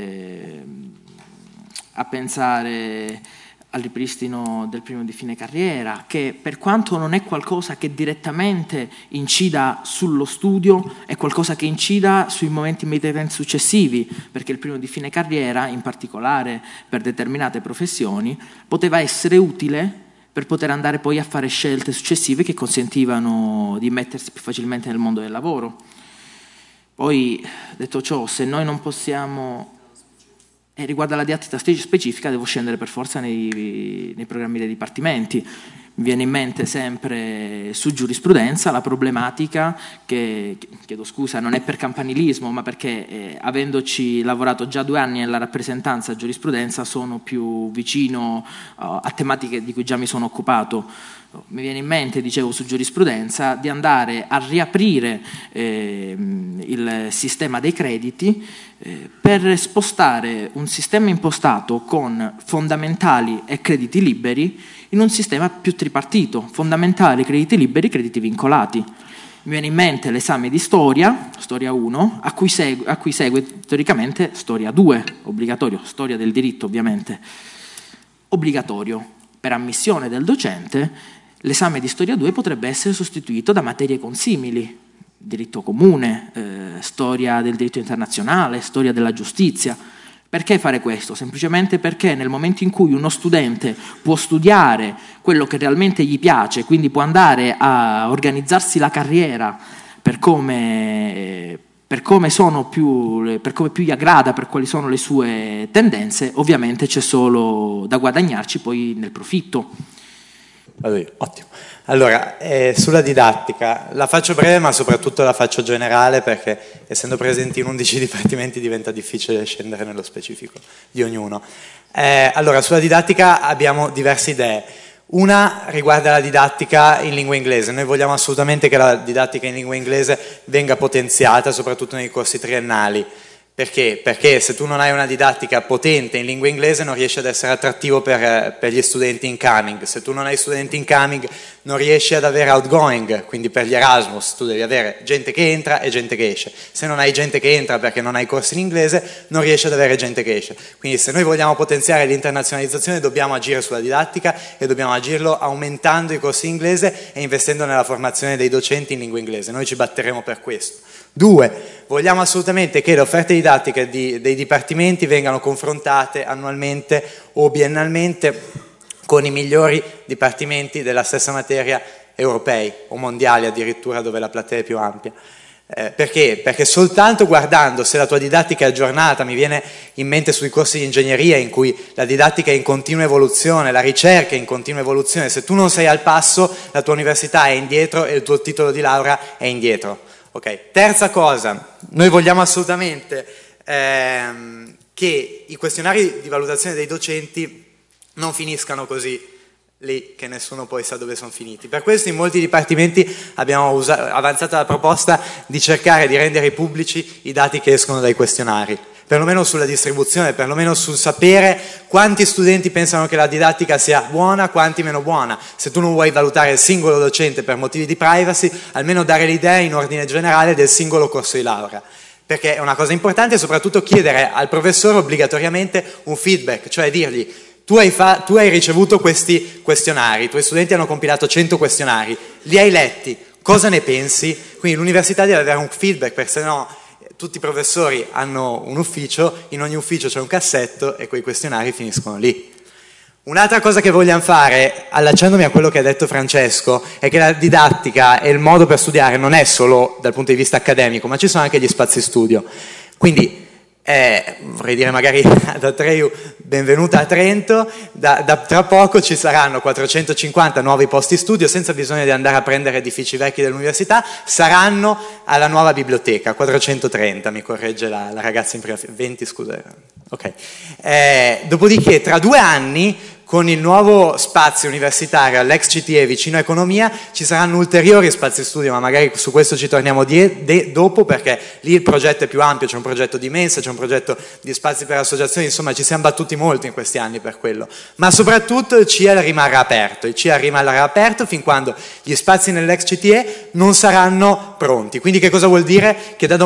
a pensare al ripristino del premio di fine carriera, che per quanto non è qualcosa che direttamente incida sullo studio, è qualcosa che incida sui momenti immediatamente successivi, perché il premio di fine carriera, in particolare per determinate professioni, poteva essere utile per poter andare poi a fare scelte successive che consentivano di mettersi più facilmente nel mondo del lavoro. Poi, detto ciò, se noi non possiamo, riguardo alla didattica specifica, devo scendere per forza nei programmi dei dipartimenti. Mi viene in mente sempre su giurisprudenza la problematica che, chiedo scusa, non è per campanilismo, ma perché avendoci lavorato già 2 anni nella rappresentanza giurisprudenza sono più vicino a tematiche di cui già mi sono occupato. Mi viene in mente, dicevo, su giurisprudenza, di andare a riaprire il sistema dei crediti per spostare un sistema impostato con fondamentali e crediti liberi in un sistema più tripartito, fondamentali, crediti liberi, crediti vincolati. Mi viene in mente l'esame di storia 1, a cui segue teoricamente storia 2, obbligatorio, storia del diritto ovviamente, obbligatorio. Per ammissione del docente, l'esame di storia 2 potrebbe essere sostituito da materie consimili, diritto comune, storia del diritto internazionale, storia della giustizia. Perché fare questo? Semplicemente perché nel momento in cui uno studente può studiare quello che realmente gli piace, quindi può andare a organizzarsi la carriera per come più gli aggrada, per quali sono le sue tendenze, ovviamente c'è solo da guadagnarci poi nel profitto. Ottimo. Allora, sulla didattica la faccio breve, ma soprattutto la faccio generale, perché essendo presenti in 11 dipartimenti diventa difficile scendere nello specifico di ognuno. Allora, sulla didattica abbiamo diverse idee. Una riguarda la didattica in lingua inglese. Noi vogliamo assolutamente che la didattica in lingua inglese venga potenziata, soprattutto nei corsi triennali. Perché? Perché se tu non hai una didattica potente in lingua inglese non riesci ad essere attrattivo per gli studenti incoming. Se tu non hai studenti incoming non riesci ad avere outgoing, quindi per gli Erasmus tu devi avere gente che entra e gente che esce. Se non hai gente che entra perché non hai corsi in inglese non riesci ad avere gente che esce. Quindi se noi vogliamo potenziare l'internazionalizzazione dobbiamo agire sulla didattica e dobbiamo agirlo aumentando i corsi in inglese e investendo nella formazione dei docenti in lingua inglese. Noi ci batteremo per questo. 2. Vogliamo assolutamente che le offerte didattiche dei dipartimenti vengano confrontate annualmente o biennalmente con i migliori dipartimenti della stessa materia europei o mondiali addirittura, dove la platea è più ampia. Perché? Perché soltanto guardando se la tua didattica è aggiornata, mi viene in mente sui corsi di ingegneria in cui la didattica è in continua evoluzione, la ricerca è in continua evoluzione, se tu non sei al passo la tua università è indietro e il tuo titolo di laurea è indietro. Okay. Terza cosa, noi vogliamo assolutamente che i questionari di valutazione dei docenti non finiscano così lì, che nessuno poi sa dove sono finiti. Per questo in molti dipartimenti abbiamo avanzato la proposta di cercare di rendere pubblici i dati che escono dai questionari, perlomeno sulla distribuzione, perlomeno sul sapere quanti studenti pensano che la didattica sia buona, quanti meno buona. Se tu non vuoi valutare il singolo docente per motivi di privacy, almeno dare l'idea in ordine generale del singolo corso di laurea. Perché è una cosa importante, e soprattutto chiedere al professore obbligatoriamente un feedback, cioè dirgli: tu hai ricevuto questi questionari, i tuoi studenti hanno compilato 100 questionari, li hai letti, cosa ne pensi? Quindi l'università deve avere un feedback, perché sennò tutti i professori hanno un ufficio, in ogni ufficio c'è un cassetto e quei questionari finiscono lì. Un'altra cosa che vogliamo fare, allacciandomi a quello che ha detto Francesco, è che la didattica e il modo per studiare non è solo dal punto di vista accademico, ma ci sono anche gli spazi studio. Quindi vorrei dire magari ad Atreu benvenuta a Trento, tra poco ci saranno 450 nuovi posti studio senza bisogno di andare a prendere edifici vecchi dell'università, saranno alla nuova biblioteca, 430 mi corregge la ragazza in prima fila, 20 scusa, ok. Dopodiché tra 2 anni con il nuovo spazio universitario all'ex CTE vicino a Economia ci saranno ulteriori spazi studio, ma magari su questo ci torniamo dopo, perché lì il progetto è più ampio, c'è un progetto di mensa, c'è un progetto di spazi per associazioni, insomma ci siamo battuti molto in questi anni per quello. Ma soprattutto il CIEL rimarrà aperto fin quando gli spazi nell'ex CTE non saranno pronti. Quindi che cosa vuol dire? Che dal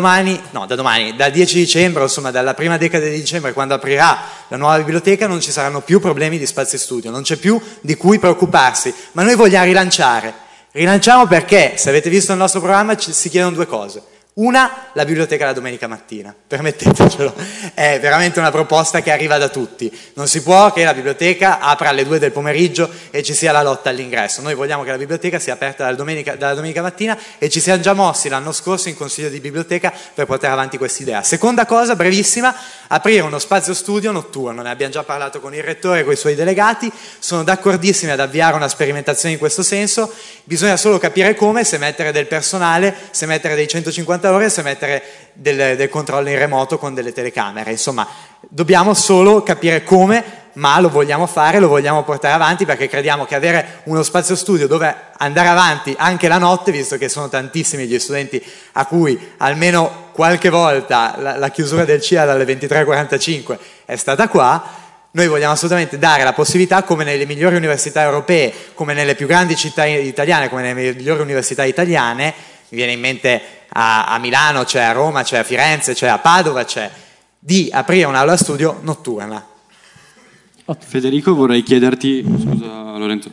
10 dicembre, insomma dalla prima decade di dicembre, quando aprirà la nuova biblioteca, non ci saranno più problemi di spazi studio, non c'è più di cui preoccuparsi, ma noi vogliamo rilanciamo perché, se avete visto il nostro programma, si chiedono 2 cose. Una, la biblioteca la domenica mattina, permettetecelo, è veramente una proposta che arriva da tutti. Non si può che la biblioteca apra alle 2 del pomeriggio e ci sia la lotta all'ingresso. Noi vogliamo che la biblioteca sia aperta dalla domenica mattina, e ci siamo già mossi l'anno scorso in consiglio di biblioteca per portare avanti questa idea. Seconda cosa, brevissima, aprire uno spazio studio notturno. Ne abbiamo già parlato con il rettore e con i suoi delegati, sono d'accordissimi ad avviare una sperimentazione in questo senso. Bisogna solo capire come, se mettere del personale, se mettere dei 150 ore, se mettere del controllo in remoto con delle telecamere. Insomma, dobbiamo solo capire come, ma lo vogliamo fare, lo vogliamo portare avanti, perché crediamo che avere uno spazio studio dove andare avanti anche la notte, visto che sono tantissimi gli studenti a cui almeno qualche volta la chiusura del CIA dalle 23:45 è stata qua, noi vogliamo assolutamente dare la possibilità, come nelle migliori università europee, come nelle più grandi città italiane, come nelle migliori università italiane. Mi viene in mente a Milano, c'è a Roma, c'è a Firenze, c'è a Padova, c'è, di aprire un'aula studio notturna. Federico, vorrei chiederti, scusa Lorenzo,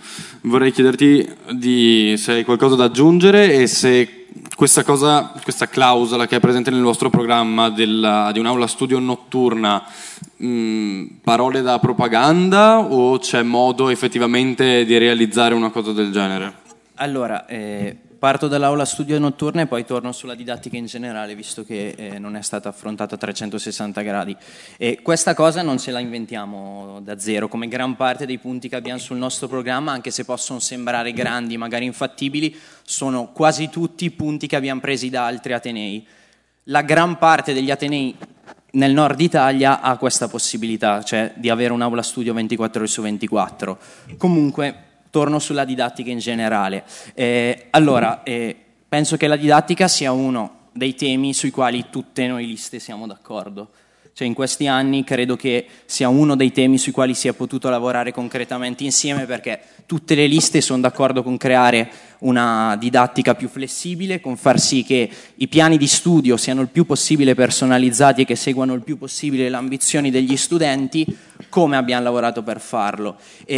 se hai qualcosa da aggiungere, e se questa clausola che è presente nel vostro programma di un'aula studio notturna, parole da propaganda, o c'è modo effettivamente di realizzare una cosa del genere? Allora, parto dall'aula studio notturna e poi torno sulla didattica in generale, visto che non è stata affrontata a 360 gradi. E questa cosa non ce la inventiamo da zero, come gran parte dei punti che abbiamo sul nostro programma, anche se possono sembrare grandi, magari infattibili, sono quasi tutti punti che abbiamo presi da altri atenei. La gran parte degli atenei nel nord Italia ha questa possibilità, cioè di avere un'aula studio 24 ore su 24. Comunque, torno sulla didattica in generale. Penso che la didattica sia uno dei temi sui quali tutte noi liste siamo d'accordo. Cioè, in questi anni credo che sia uno dei temi sui quali si è potuto lavorare concretamente insieme, perché tutte le liste sono d'accordo con creare una didattica più flessibile, con far sì che i piani di studio siano il più possibile personalizzati e che seguano il più possibile le ambizioni degli studenti, come abbiamo lavorato per farlo.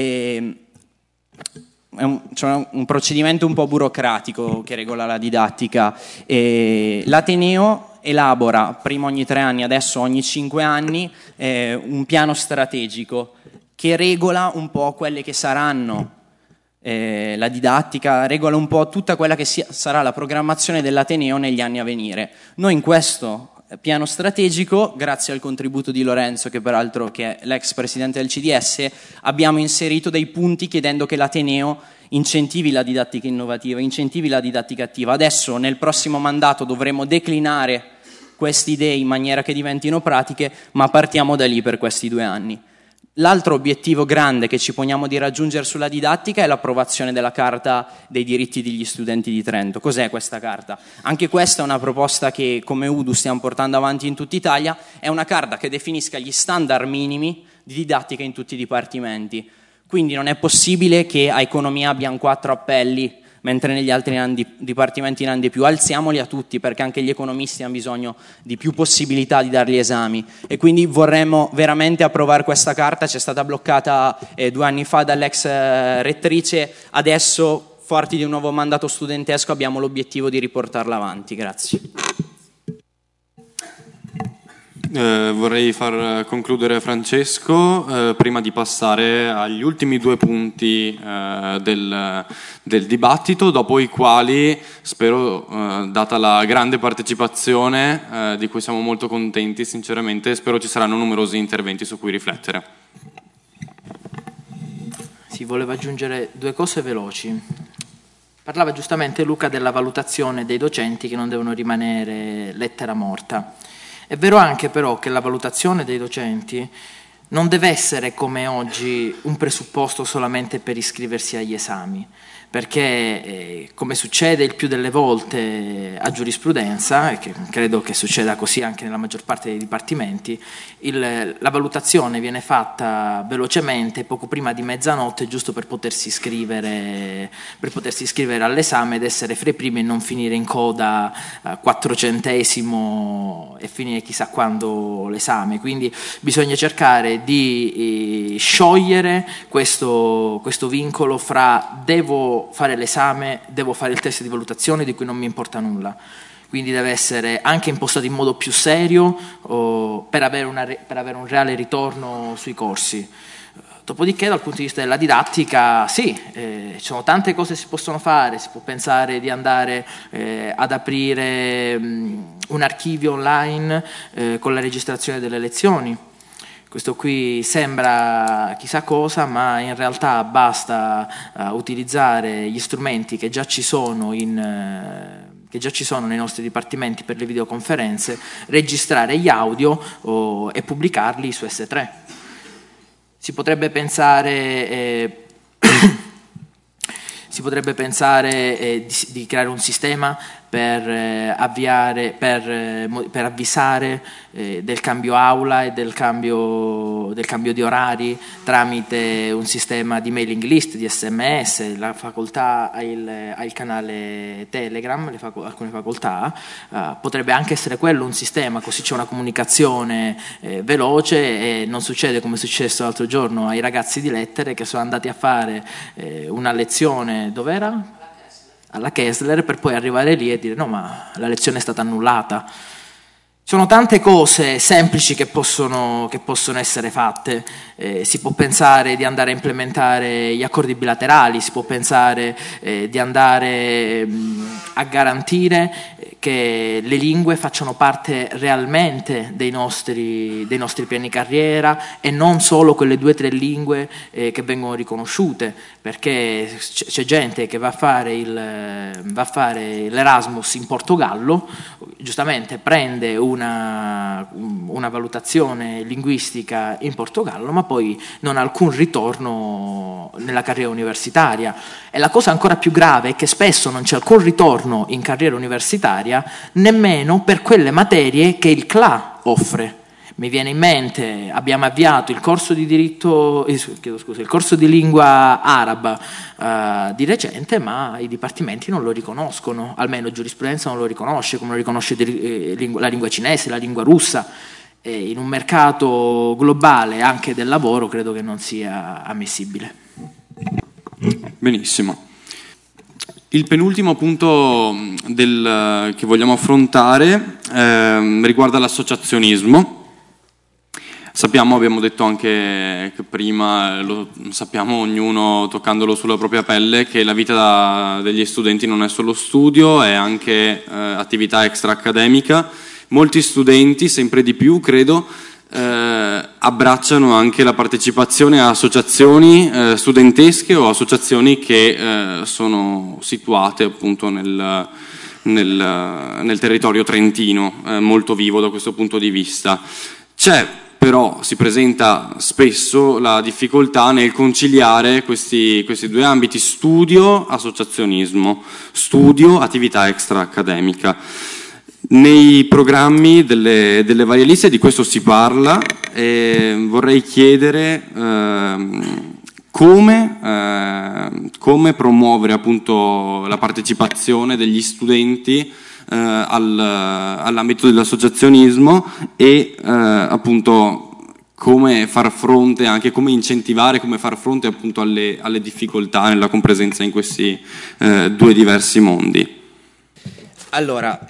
È un procedimento un po' burocratico che regola la didattica. L'Ateneo elabora prima ogni 3 anni, adesso ogni 5 anni, un piano strategico che regola un po' quelle che saranno la didattica, regola un po' tutta quella che sarà la programmazione dell'Ateneo negli anni a venire. Noi in questo piano strategico, grazie al contributo di Lorenzo, che peraltro che è l'ex presidente del CDS, abbiamo inserito dei punti chiedendo che l'Ateneo incentivi la didattica innovativa, incentivi la didattica attiva. Adesso nel prossimo mandato dovremo declinare queste idee in maniera che diventino pratiche, ma partiamo da lì per questi 2 anni. L'altro obiettivo grande che ci poniamo di raggiungere sulla didattica è l'approvazione della Carta dei diritti degli studenti di Trento. Cos'è questa carta? Anche questa è una proposta che come UDU stiamo portando avanti in tutta Italia, è una carta che definisca gli standard minimi di didattica in tutti i dipartimenti. Quindi non è possibile che a economia abbiamo 4 appelli, mentre negli altri dipartimenti ne hanno di più. Alziamoli a tutti, perché anche gli economisti hanno bisogno di più possibilità di dare gli esami, e quindi vorremmo veramente approvare questa carta. C'è stata bloccata 2 anni fa dall'ex rettrice, adesso forti di un nuovo mandato studentesco abbiamo l'obiettivo di riportarla avanti. Grazie. Vorrei far concludere Francesco prima di passare agli ultimi 2 punti del dibattito, dopo i quali spero, data la grande partecipazione di cui siamo molto contenti sinceramente, spero ci saranno numerosi interventi su cui riflettere. Sì, volevo aggiungere 2 cose veloci. Parlava giustamente Luca della valutazione dei docenti che non devono rimanere lettera morta. È vero anche però che la valutazione dei docenti non deve essere come oggi un presupposto solamente per iscriversi agli esami, perché come succede il più delle volte a giurisprudenza, e che credo che succeda così anche nella maggior parte dei dipartimenti, la valutazione viene fatta velocemente, poco prima di mezzanotte, giusto per potersi iscrivere all'esame ed essere fra i primi e non finire in coda 400esimo e finire chissà quando l'esame. Quindi bisogna cercare di sciogliere questo vincolo fra devo fare l'esame, devo fare il test di valutazione di cui non mi importa nulla. Quindi deve essere anche impostato in modo più serio per avere un reale ritorno sui corsi. Dopodiché dal punto di vista della didattica, sì, ci sono tante cose che si possono fare, si può pensare di andare ad aprire un archivio online con la registrazione delle lezioni. Questo qui sembra chissà cosa, ma in realtà basta utilizzare gli strumenti che già ci sono nei nostri dipartimenti per le videoconferenze, registrare gli audio e pubblicarli su S3. Si potrebbe pensare di creare un sistema per avvisare del cambio aula e del cambio di orari tramite un sistema di mailing list, di SMS. La facoltà ha il canale Telegram, alcune facoltà, potrebbe anche essere quello un sistema, così c'è una comunicazione veloce e non succede come è successo l'altro giorno ai ragazzi di lettere che sono andati a fare una lezione, dov'era? Alla Kessler, per poi arrivare lì e dire no, ma la lezione è stata annullata. Sono tante cose semplici che possono essere fatte. Si può pensare di andare a implementare gli accordi bilaterali, si può pensare di andare a garantire che le lingue facciano parte realmente dei nostri piani carriera e non solo quelle 2 o 3 lingue che vengono riconosciute, perché c'è gente che va a fare l'Erasmus in Portogallo, giustamente prende una valutazione linguistica in Portogallo, ma poi non ha alcun ritorno nella carriera universitaria. E la cosa ancora più grave è che spesso non c'è alcun ritorno in carriera universitaria nemmeno per quelle materie che il CLA offre. Mi viene in mente, abbiamo avviato il corso di diritto, il corso di lingua araba di recente, ma i dipartimenti non lo riconoscono, almeno giurisprudenza non lo riconosce, come lo riconosce la lingua cinese, la lingua russa. E in un mercato globale anche del lavoro credo che non sia ammissibile. Benissimo. Il penultimo punto che vogliamo affrontare riguarda l'associazionismo. Sappiamo, abbiamo detto anche che prima, lo sappiamo ognuno toccandolo sulla propria pelle, che la vita degli studenti non è solo studio, è anche attività extra accademica. Molti studenti, sempre di più credo, abbracciano anche la partecipazione a associazioni studentesche o associazioni che sono situate appunto nel territorio trentino, molto vivo da questo punto di vista. Però si presenta spesso la difficoltà nel conciliare questi due ambiti: studio, associazionismo, studio, attività extra accademica. Nei programmi delle varie liste di questo si parla, e vorrei chiedere come promuovere appunto la partecipazione degli studenti all'ambito dell'associazionismo e appunto come far fronte, anche come incentivare, come far fronte appunto alle difficoltà nella compresenza in questi due diversi mondi. Allora,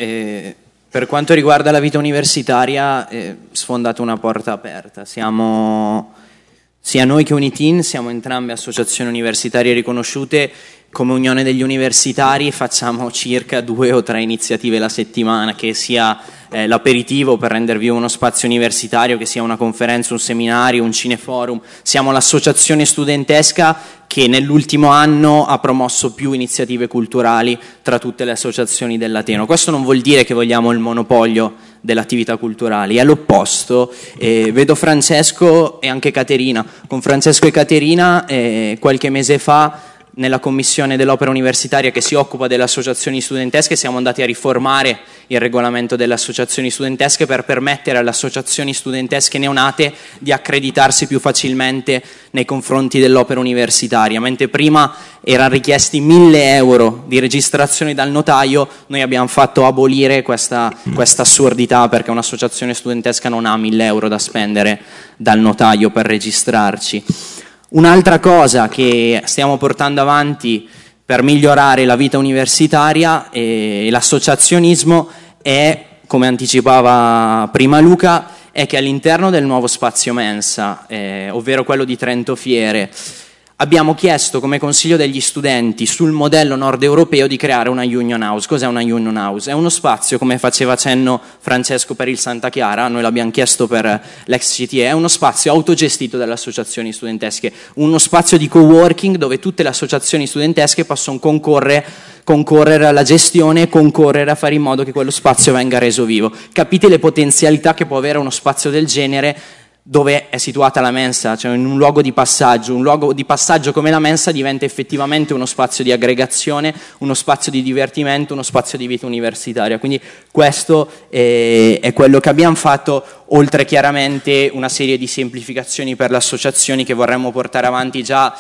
per quanto riguarda la vita universitaria, sfondate una porta aperta. Siamo sia noi che Unitin, siamo entrambe associazioni universitarie riconosciute. Come Unione degli Universitari facciamo circa 2 o 3 iniziative la settimana, che sia l'aperitivo per rendervi uno spazio universitario, che sia una conferenza, un seminario, un cineforum. Siamo l'associazione studentesca che nell'ultimo anno ha promosso più iniziative culturali tra tutte le associazioni dell'Ateneo. Questo non vuol dire che vogliamo il monopolio dell'attività culturale, è l'opposto. Vedo Francesco e anche Caterina. Con Francesco e Caterina qualche mese fa, nella commissione dell'opera universitaria che si occupa delle associazioni studentesche, siamo andati a riformare il regolamento delle associazioni studentesche per permettere alle associazioni studentesche neonate di accreditarsi più facilmente nei confronti dell'opera universitaria. Mentre prima erano richiesti 1.000 euro di registrazione dal notaio, noi abbiamo fatto abolire questa assurdità, perché un'associazione studentesca non ha 1.000 euro da spendere dal notaio per registrarci. Un'altra cosa che stiamo portando avanti per migliorare la vita universitaria e l'associazionismo è, come anticipava prima Luca, è che all'interno del nuovo spazio mensa, ovvero quello di Trento Fiere, abbiamo chiesto come Consiglio degli Studenti, sul modello nord europeo, di creare una Union House. Cos'è una Union House? È uno spazio, come faceva cenno Francesco per il Santa Chiara, noi l'abbiamo chiesto per l'ex CTE, è uno spazio autogestito dalle associazioni studentesche, uno spazio di coworking dove tutte le associazioni studentesche possono concorrere alla gestione e concorrere a fare in modo che quello spazio venga reso vivo. Capite le potenzialità che può avere uno spazio del genere dove è situata la mensa, cioè in un luogo di passaggio come la mensa diventa effettivamente uno spazio di aggregazione, uno spazio di divertimento, uno spazio di vita universitaria. Quindi questo è quello che abbiamo fatto, oltre chiaramente una serie di semplificazioni per le associazioni che vorremmo portare avanti già.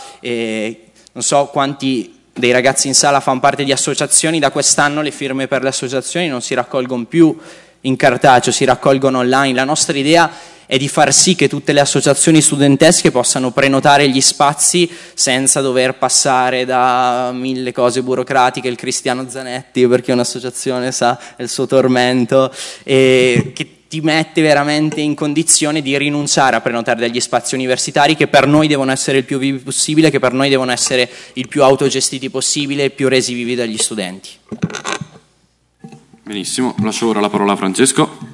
Non so quanti dei ragazzi in sala fanno parte di associazioni. Da quest'anno le firme per le associazioni non si raccolgono più in cartaceo, si raccolgono online. La nostra idea è di far sì che tutte le associazioni studentesche possano prenotare gli spazi senza dover passare da 1000 cose burocratiche, il Cristiano Zanetti, perché un'associazione sa il suo tormento, e che ti mette veramente in condizione di rinunciare a prenotare degli spazi universitari che per noi devono essere il più vivi possibile, che per noi devono essere il più autogestiti possibile e il più resi vivi dagli studenti. Benissimo, lascio ora la parola a Francesco.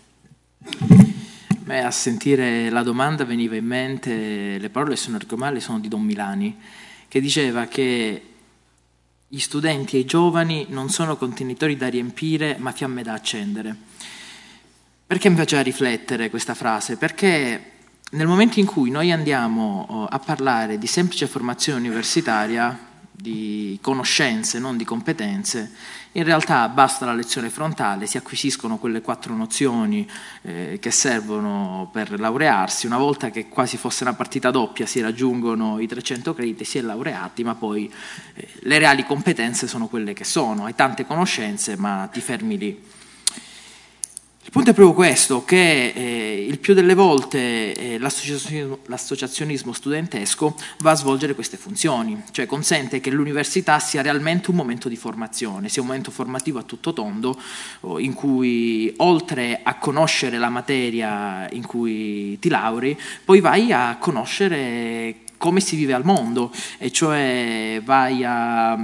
A sentire la domanda veniva in mente le parole, se non ricordo male, sono di Don Milani, che diceva che gli studenti e i giovani non sono contenitori da riempire ma fiamme da accendere. Perché mi faceva riflettere questa frase? Perché nel momento in cui noi andiamo a parlare di semplice formazione universitaria, di conoscenze, non di competenze, in realtà basta la lezione frontale, si acquisiscono quelle 4 nozioni che servono per laurearsi. Una volta che quasi fosse una partita doppia si raggiungono i 300 crediti, si è laureati, ma poi le reali competenze sono quelle che sono. Hai tante conoscenze ma ti fermi lì. Il punto è proprio questo, che il più delle volte l'associazionismo studentesco va a svolgere queste funzioni, cioè consente che l'università sia realmente un momento di formazione, sia un momento formativo a tutto tondo, in cui oltre a conoscere la materia in cui ti lauri, poi vai a conoscere come si vive al mondo, e cioè vai a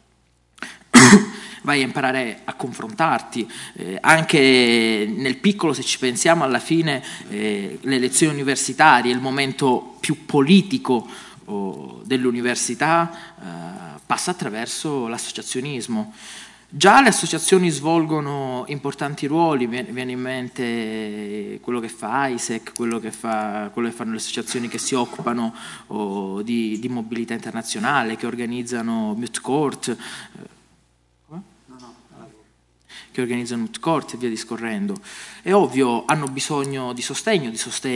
imparare a confrontarti, anche nel piccolo, se ci pensiamo, alla fine le lezioni universitarie, il momento più politico dell'università passa attraverso l'associazionismo. Già le associazioni svolgono importanti ruoli, viene in mente quello che fa ISEC, quello che fanno le associazioni che si occupano di mobilità internazionale, che organizzano Mute Court, e via discorrendo. È ovvio, hanno bisogno di sostegno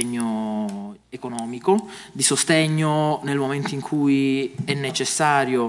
economico, di sostegno nel momento in cui è necessario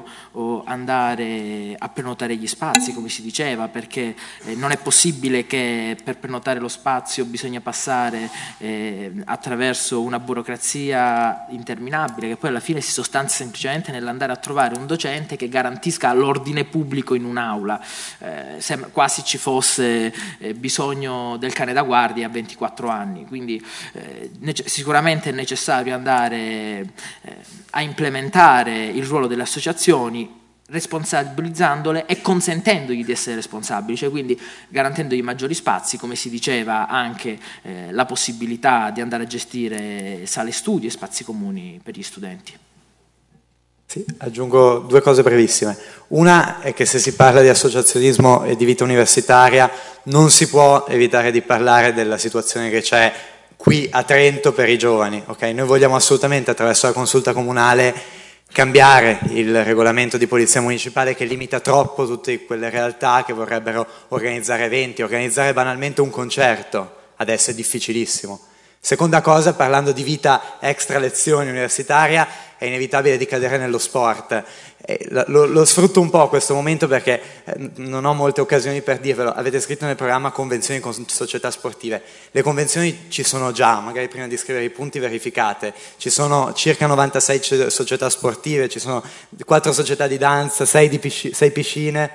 andare a prenotare gli spazi, come si diceva, perché non è possibile che per prenotare lo spazio bisogna passare attraverso una burocrazia interminabile, che poi alla fine si sostanzia semplicemente nell'andare a trovare un docente che garantisca l'ordine pubblico in un'aula. Sembra quasi ci fosse bisogno del cane da guardia a 24 anni, quindi sicuramente è necessario andare a implementare il ruolo delle associazioni, responsabilizzandole e consentendogli di essere responsabili, cioè quindi garantendogli maggiori spazi, come si diceva, anche la possibilità di andare a gestire sale studi e spazi comuni per gli studenti. Sì, aggiungo due cose brevissime. Una è che se si parla di associazionismo e di vita universitaria non si può evitare di parlare della situazione che c'è qui a Trento per i giovani. Okay? Noi vogliamo assolutamente, attraverso la consulta comunale, cambiare il regolamento di polizia municipale che limita troppo tutte quelle realtà che vorrebbero organizzare eventi, organizzare banalmente un concerto. Adesso è difficilissimo. Seconda cosa, parlando di vita extra lezione universitaria, è inevitabile di cadere nello sport. Lo sfrutto un po' questo momento perché non ho molte occasioni per dirvelo. Avete scritto nel programma convenzioni con società sportive. Le convenzioni ci sono già, magari prima di scrivere i punti verificate. Ci sono circa 96 società sportive, ci sono 4 società di danza, 6 piscine,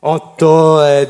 8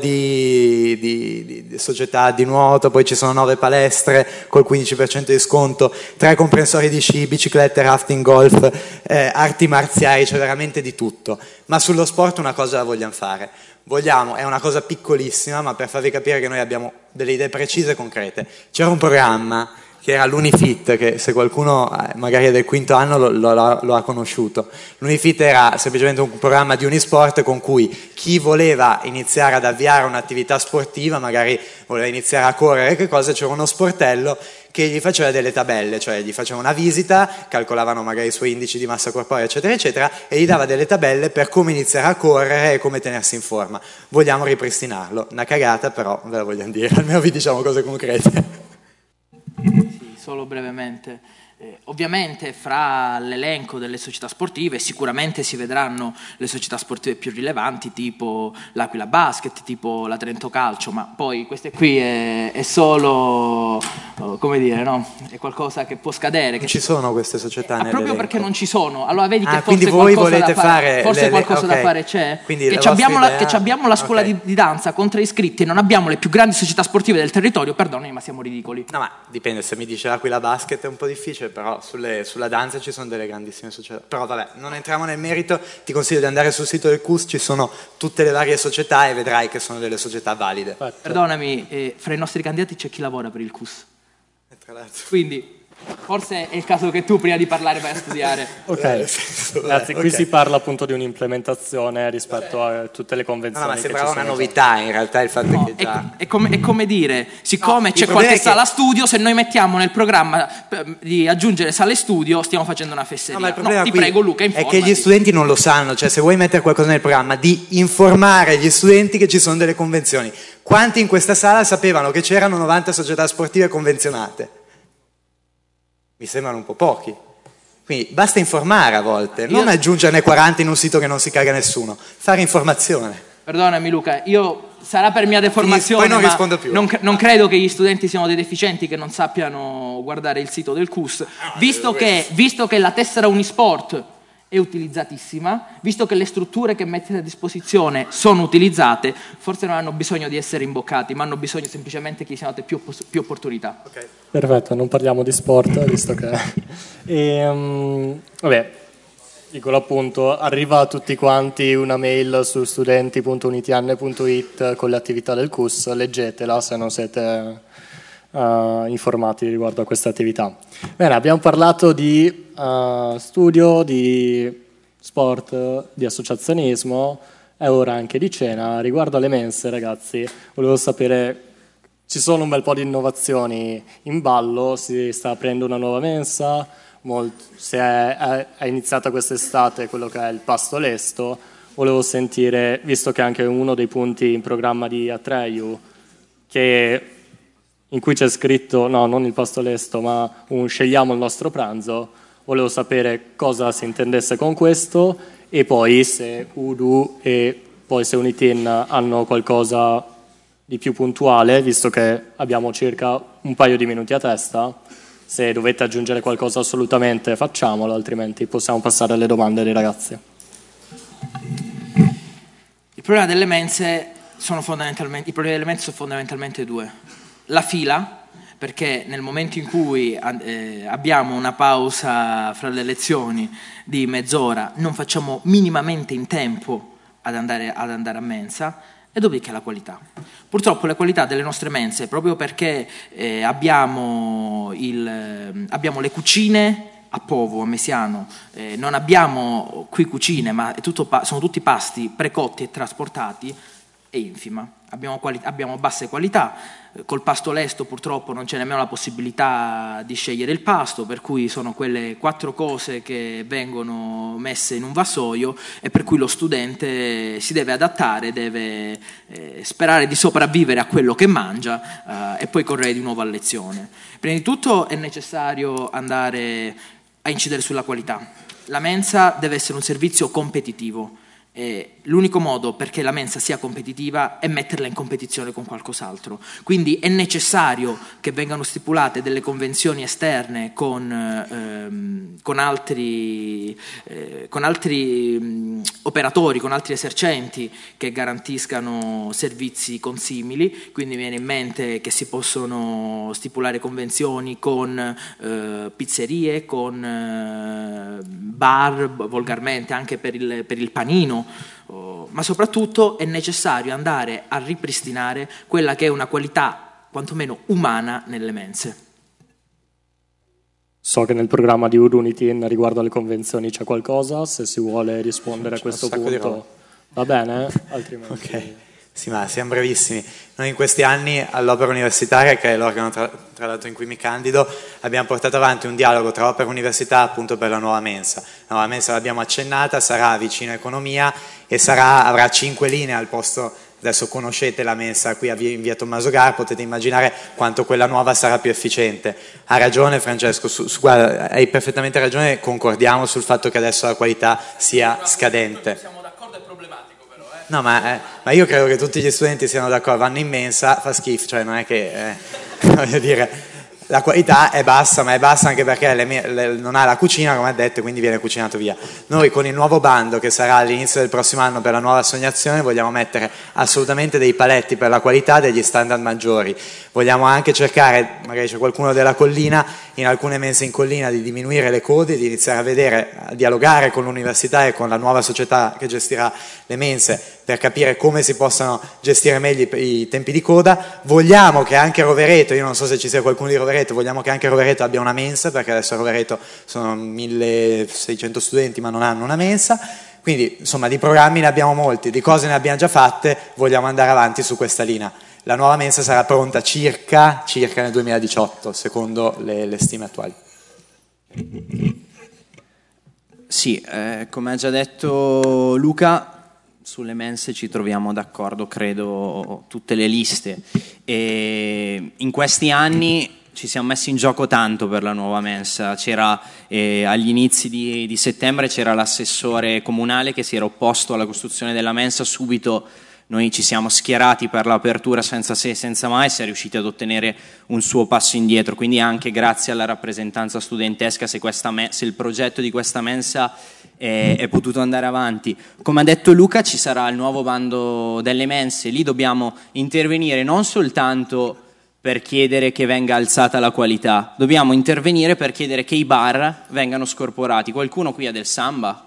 di società di nuoto, poi ci sono 9 palestre col 15% di sconto, 3 comprensori di sci, biciclette, rafting, golf, arti marziali, c'è veramente di tutto. Ma sullo sport una cosa la vogliamo fare. È una cosa piccolissima, ma per farvi capire che noi abbiamo delle idee precise e concrete. C'era un programma che era l'Unifit, che se qualcuno magari è del quinto anno lo ha conosciuto. L'Unifit era semplicemente un programma di Unisport con cui chi voleva iniziare ad avviare un'attività sportiva, magari voleva iniziare a correre, c'era uno sportello che gli faceva delle tabelle, cioè gli faceva una visita, calcolavano magari i suoi indici di massa corporea, eccetera, eccetera, e gli dava delle tabelle per come iniziare a correre e come tenersi in forma. Vogliamo ripristinarlo. Una cagata, però ve la vogliamo dire, almeno vi diciamo cose concrete. Sì, solo brevemente. Ovviamente fra l'elenco delle società sportive sicuramente si vedranno le società sportive più rilevanti, tipo l'Aquila Basket, tipo la Trento Calcio, ma poi queste qui è solo, come dire, no? È qualcosa che può scadere. Non ci sono queste società nell'elenco. Proprio perché non ci sono. Allora vedi che quindi forse voi qualcosa volete da fare, fare forse qualcosa da fare c'è. Quindi che abbiamo la scuola di danza contro iscritti e non abbiamo le più grandi società sportive del territorio, perdonami, ma siamo ridicoli. No, ma dipende, se mi dice l'Aquila Basket è un po' difficile, però sulla danza ci sono delle grandissime società. Però vabbè, non entriamo nel merito, ti consiglio di andare sul sito del CUS, ci sono tutte le varie società e vedrai che sono delle società valide. Perdonami, fra i nostri candidati c'è chi lavora per il CUS. Tra l'altro. Quindi forse è il caso che tu prima di parlare vai a studiare. Ok, grazie. Qui si parla appunto di un'implementazione rispetto a tutte le convenzioni. No, ma sembrava una novità in realtà il fatto che già... È come dire, siccome c'è qualche sala studio, se noi mettiamo nel programma di aggiungere sale studio stiamo facendo una fesseria. No, ma il problema ti prego Luca, informati. è che gli studenti non lo sanno, cioè se vuoi mettere qualcosa nel programma di informare gli studenti che ci sono delle convenzioni. Quanti in questa sala sapevano che c'erano 90 società sportive convenzionate? Mi sembrano un po' pochi. Quindi basta informare a volte, non aggiungerne 40 in un sito che non si caga nessuno. Fare informazione. Perdonami Luca, sarà per mia deformazione, poi non ma rispondo più. non credo che gli studenti siano dei deficienti che non sappiano guardare il sito del CUS, visto che la tessera Unisport è utilizzatissima, visto che le strutture che mettete a disposizione sono utilizzate, forse non hanno bisogno di essere imboccati, ma hanno bisogno semplicemente che siano date più opportunità. Okay. Perfetto, non parliamo di sport, visto che... vabbè, dico appunto, arriva a tutti quanti una mail su studenti.unitn.it con le attività del CUS, leggetela se non siete informati riguardo a queste attività. Bene, abbiamo parlato di studio, di sport, di associazionismo e ora anche di cena. Riguardo alle mense, ragazzi, volevo sapere, ci sono un bel po' di innovazioni in ballo, si sta aprendo una nuova mensa, è iniziata quest'estate quello che è il pasto lesto. Volevo sentire, visto che è anche uno dei punti in programma di Atreiu, in cui c'è scritto, no, non il pasto lesto, ma scegliamo il nostro pranzo, volevo sapere cosa si intendesse con questo e poi se Udu e poi se Unitin hanno qualcosa di più puntuale, visto che abbiamo circa un paio di minuti a testa. Se dovete aggiungere qualcosa assolutamente facciamolo, altrimenti possiamo passare alle domande dei ragazzi. Il problema delle mense sono fondamentalmente due. La fila, perché nel momento in cui abbiamo una pausa fra le lezioni di mezz'ora non facciamo minimamente in tempo ad andare a mensa. E dopodiché la qualità. Purtroppo la qualità delle nostre mense, proprio perché abbiamo le cucine a Povo, a Mesiano, non abbiamo qui cucine, ma sono tutti pasti precotti e trasportati, è infima. Abbiamo basse qualità, col pasto lesto purtroppo non c'è nemmeno la possibilità di scegliere il pasto, per cui sono quelle 4 cose che vengono messe in un vassoio e per cui lo studente si deve adattare, deve sperare di sopravvivere a quello che mangia e poi correre di nuovo a lezione. Prima di tutto è necessario andare a incidere sulla qualità. La mensa deve essere un servizio competitivo. L'unico modo perché la mensa sia competitiva è metterla in competizione con qualcos'altro, quindi è necessario che vengano stipulate delle convenzioni esterne con altri operatori, con altri esercenti che garantiscano servizi consimili. Quindi mi viene in mente che si possono stipulare convenzioni con pizzerie, con bar, volgarmente anche per il panino. Ma soprattutto è necessario andare a ripristinare quella che è una qualità quantomeno umana nelle mense. So che nel programma di Udunitin riguardo alle convenzioni c'è qualcosa, se si vuole rispondere a questo punto va bene, altrimenti... Okay. Sì, ma siamo brevissimi. Noi in questi anni all'Opera Universitaria, che è l'organo tra l'altro in cui mi candido, abbiamo portato avanti un dialogo tra Opera Università appunto per la nuova mensa. La nuova mensa l'abbiamo accennata, sarà vicino a economia e avrà 5 linee al posto. Adesso conoscete la mensa qui in via Tommaso Gar, potete immaginare quanto quella nuova sarà più efficiente. Ha ragione Francesco, guarda, hai perfettamente ragione, concordiamo sul fatto che adesso la qualità sia scadente. Siamo d'accordo, è problematico però. No, ma io credo che tutti gli studenti siano d'accordo, vanno in mensa, fa schifo, cioè non è che, voglio dire, la qualità è bassa, ma è bassa anche perché non ha la cucina, come ha detto, quindi viene cucinato via. Noi con il nuovo bando che sarà all'inizio del prossimo anno per la nuova assegnazione vogliamo mettere assolutamente dei paletti per la qualità, degli standard maggiori. Vogliamo anche cercare, magari c'è qualcuno della collina, in alcune mense in collina di diminuire le code, di iniziare a vedere, a dialogare con l'università e con la nuova società che gestirà le mense per capire come si possano gestire meglio i tempi di coda. Vogliamo che anche Rovereto, io non so se ci sia qualcuno di Rovereto, vogliamo che anche Rovereto abbia una mensa, perché adesso a Rovereto sono 1600 studenti ma non hanno una mensa. Quindi insomma di programmi ne abbiamo molti, di cose ne abbiamo già fatte, vogliamo andare avanti su questa linea. La nuova mensa sarà pronta circa nel 2018 secondo le stime attuali. Sì, come ha già detto Luca, sulle mense ci troviamo d'accordo, credo, tutte le liste. E in questi anni ci siamo messi in gioco tanto per la nuova mensa. C'era agli inizi di settembre c'era l'assessore comunale che si era opposto alla costruzione della mensa subito noi ci siamo schierati per l'apertura senza se e senza ma e si è riusciti ad ottenere un suo passo indietro, quindi anche grazie alla rappresentanza studentesca se il progetto di questa mensa è potuto andare avanti. Come ha detto Luca, ci sarà il nuovo bando delle mense, lì dobbiamo intervenire non soltanto per chiedere che venga alzata la qualità, dobbiamo intervenire per chiedere che i bar vengano scorporati. Qualcuno qui ha del samba?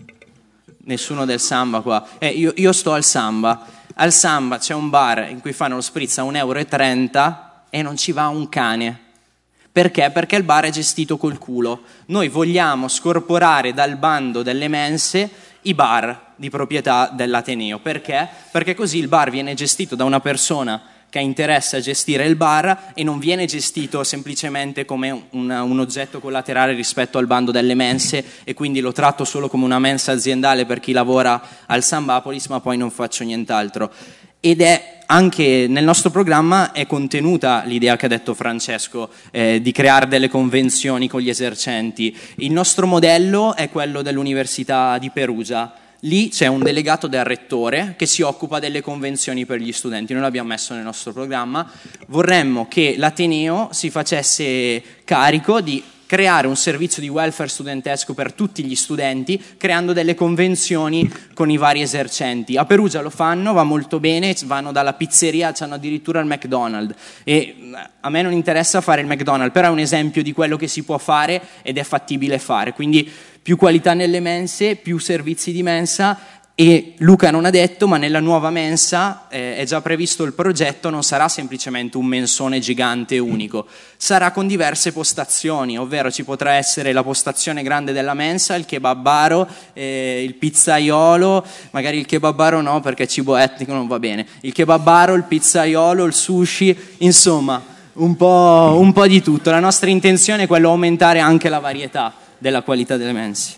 Nessuno del samba qua? Io sto al samba c'è un bar in cui fanno lo spritz a 1,30 € e non ci va un cane. Perché? Perché il bar è gestito col culo. Noi vogliamo scorporare dal bando delle mense i bar di proprietà dell'Ateneo. Perché? Perché così il bar viene gestito da una persona che ha interesse a gestire il bar e non viene gestito semplicemente come un oggetto collaterale rispetto al bando delle mense, e quindi lo tratto solo come una mensa aziendale per chi lavora al Sambapolis, ma poi non faccio nient'altro. Ed è anche nel nostro programma è contenuta l'idea che ha detto Francesco di creare delle convenzioni con gli esercenti. Il nostro modello è quello dell'Università di Perugia. Lì c'è un delegato del rettore che si occupa delle convenzioni per gli studenti, noi l'abbiamo messo nel nostro programma. Vorremmo che l'Ateneo si facesse carico di creare un servizio di welfare studentesco per tutti gli studenti, creando delle convenzioni con i vari esercenti. A Perugia lo fanno, va molto bene, vanno dalla pizzeria, hanno addirittura il McDonald's, e a me non interessa fare il McDonald's, però è un esempio di quello che si può fare ed è fattibile fare, quindi più qualità nelle mense, più servizi di mensa. E Luca non ha detto, ma nella nuova mensa è già previsto il progetto, non sarà semplicemente un mensone gigante unico, sarà con diverse postazioni, ovvero ci potrà essere la postazione grande della mensa, il kebabaro, il pizzaiolo, magari il kebabaro no perché cibo etnico non va bene, il kebabaro, il pizzaiolo, il sushi, insomma un po' di tutto. La nostra intenzione è quella di aumentare anche la varietà della qualità delle mense.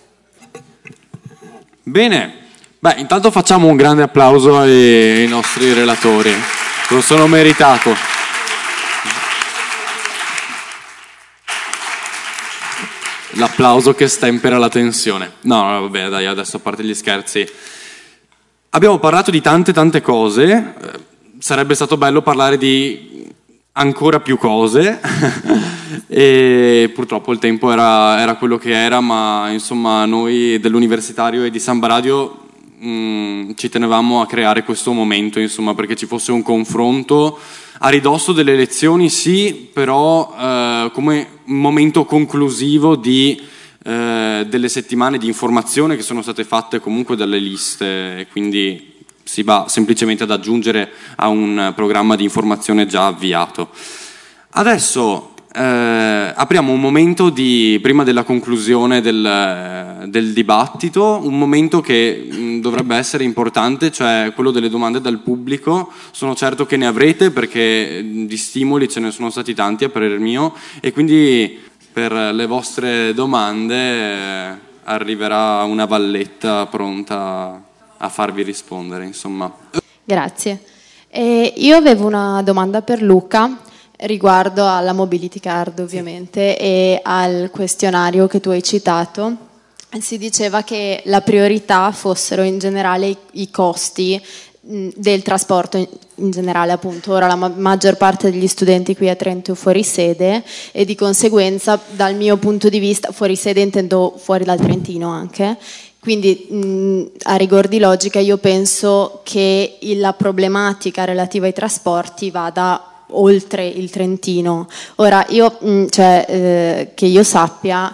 Bene. Beh, intanto facciamo un grande applauso ai nostri relatori, lo sono meritato. L'applauso che stempera la tensione. No, vabbè, dai, adesso a parte gli scherzi. Abbiamo parlato di tante cose, sarebbe stato bello parlare di ancora più cose e purtroppo il tempo era quello che era, ma insomma noi dell'Universitario e di Samba Radio ci tenevamo a creare questo momento, insomma, perché ci fosse un confronto a ridosso delle elezioni, sì, però come momento conclusivo di delle settimane di informazione che sono state fatte comunque dalle liste, quindi si va semplicemente ad aggiungere a un programma di informazione già avviato. Adesso apriamo un momento prima della conclusione del dibattito, un momento che dovrebbe essere importante, cioè quello delle domande dal pubblico. Sono certo che ne avrete, perché di stimoli ce ne sono stati tanti a parer mio, e quindi per le vostre domande arriverà una valletta pronta a farvi rispondere, insomma. Grazie. Io avevo una domanda per Luca riguardo alla mobility card, ovviamente, e al questionario che tu hai citato. Si diceva che la priorità fossero in generale i costi del trasporto in generale, appunto. Ora la maggior parte degli studenti qui a Trento è fuori sede e di conseguenza, dal mio punto di vista, fuori sede intendo fuori dal Trentino anche, quindi a rigor di logica io penso che la problematica relativa ai trasporti vada oltre il Trentino. Ora io, che io sappia,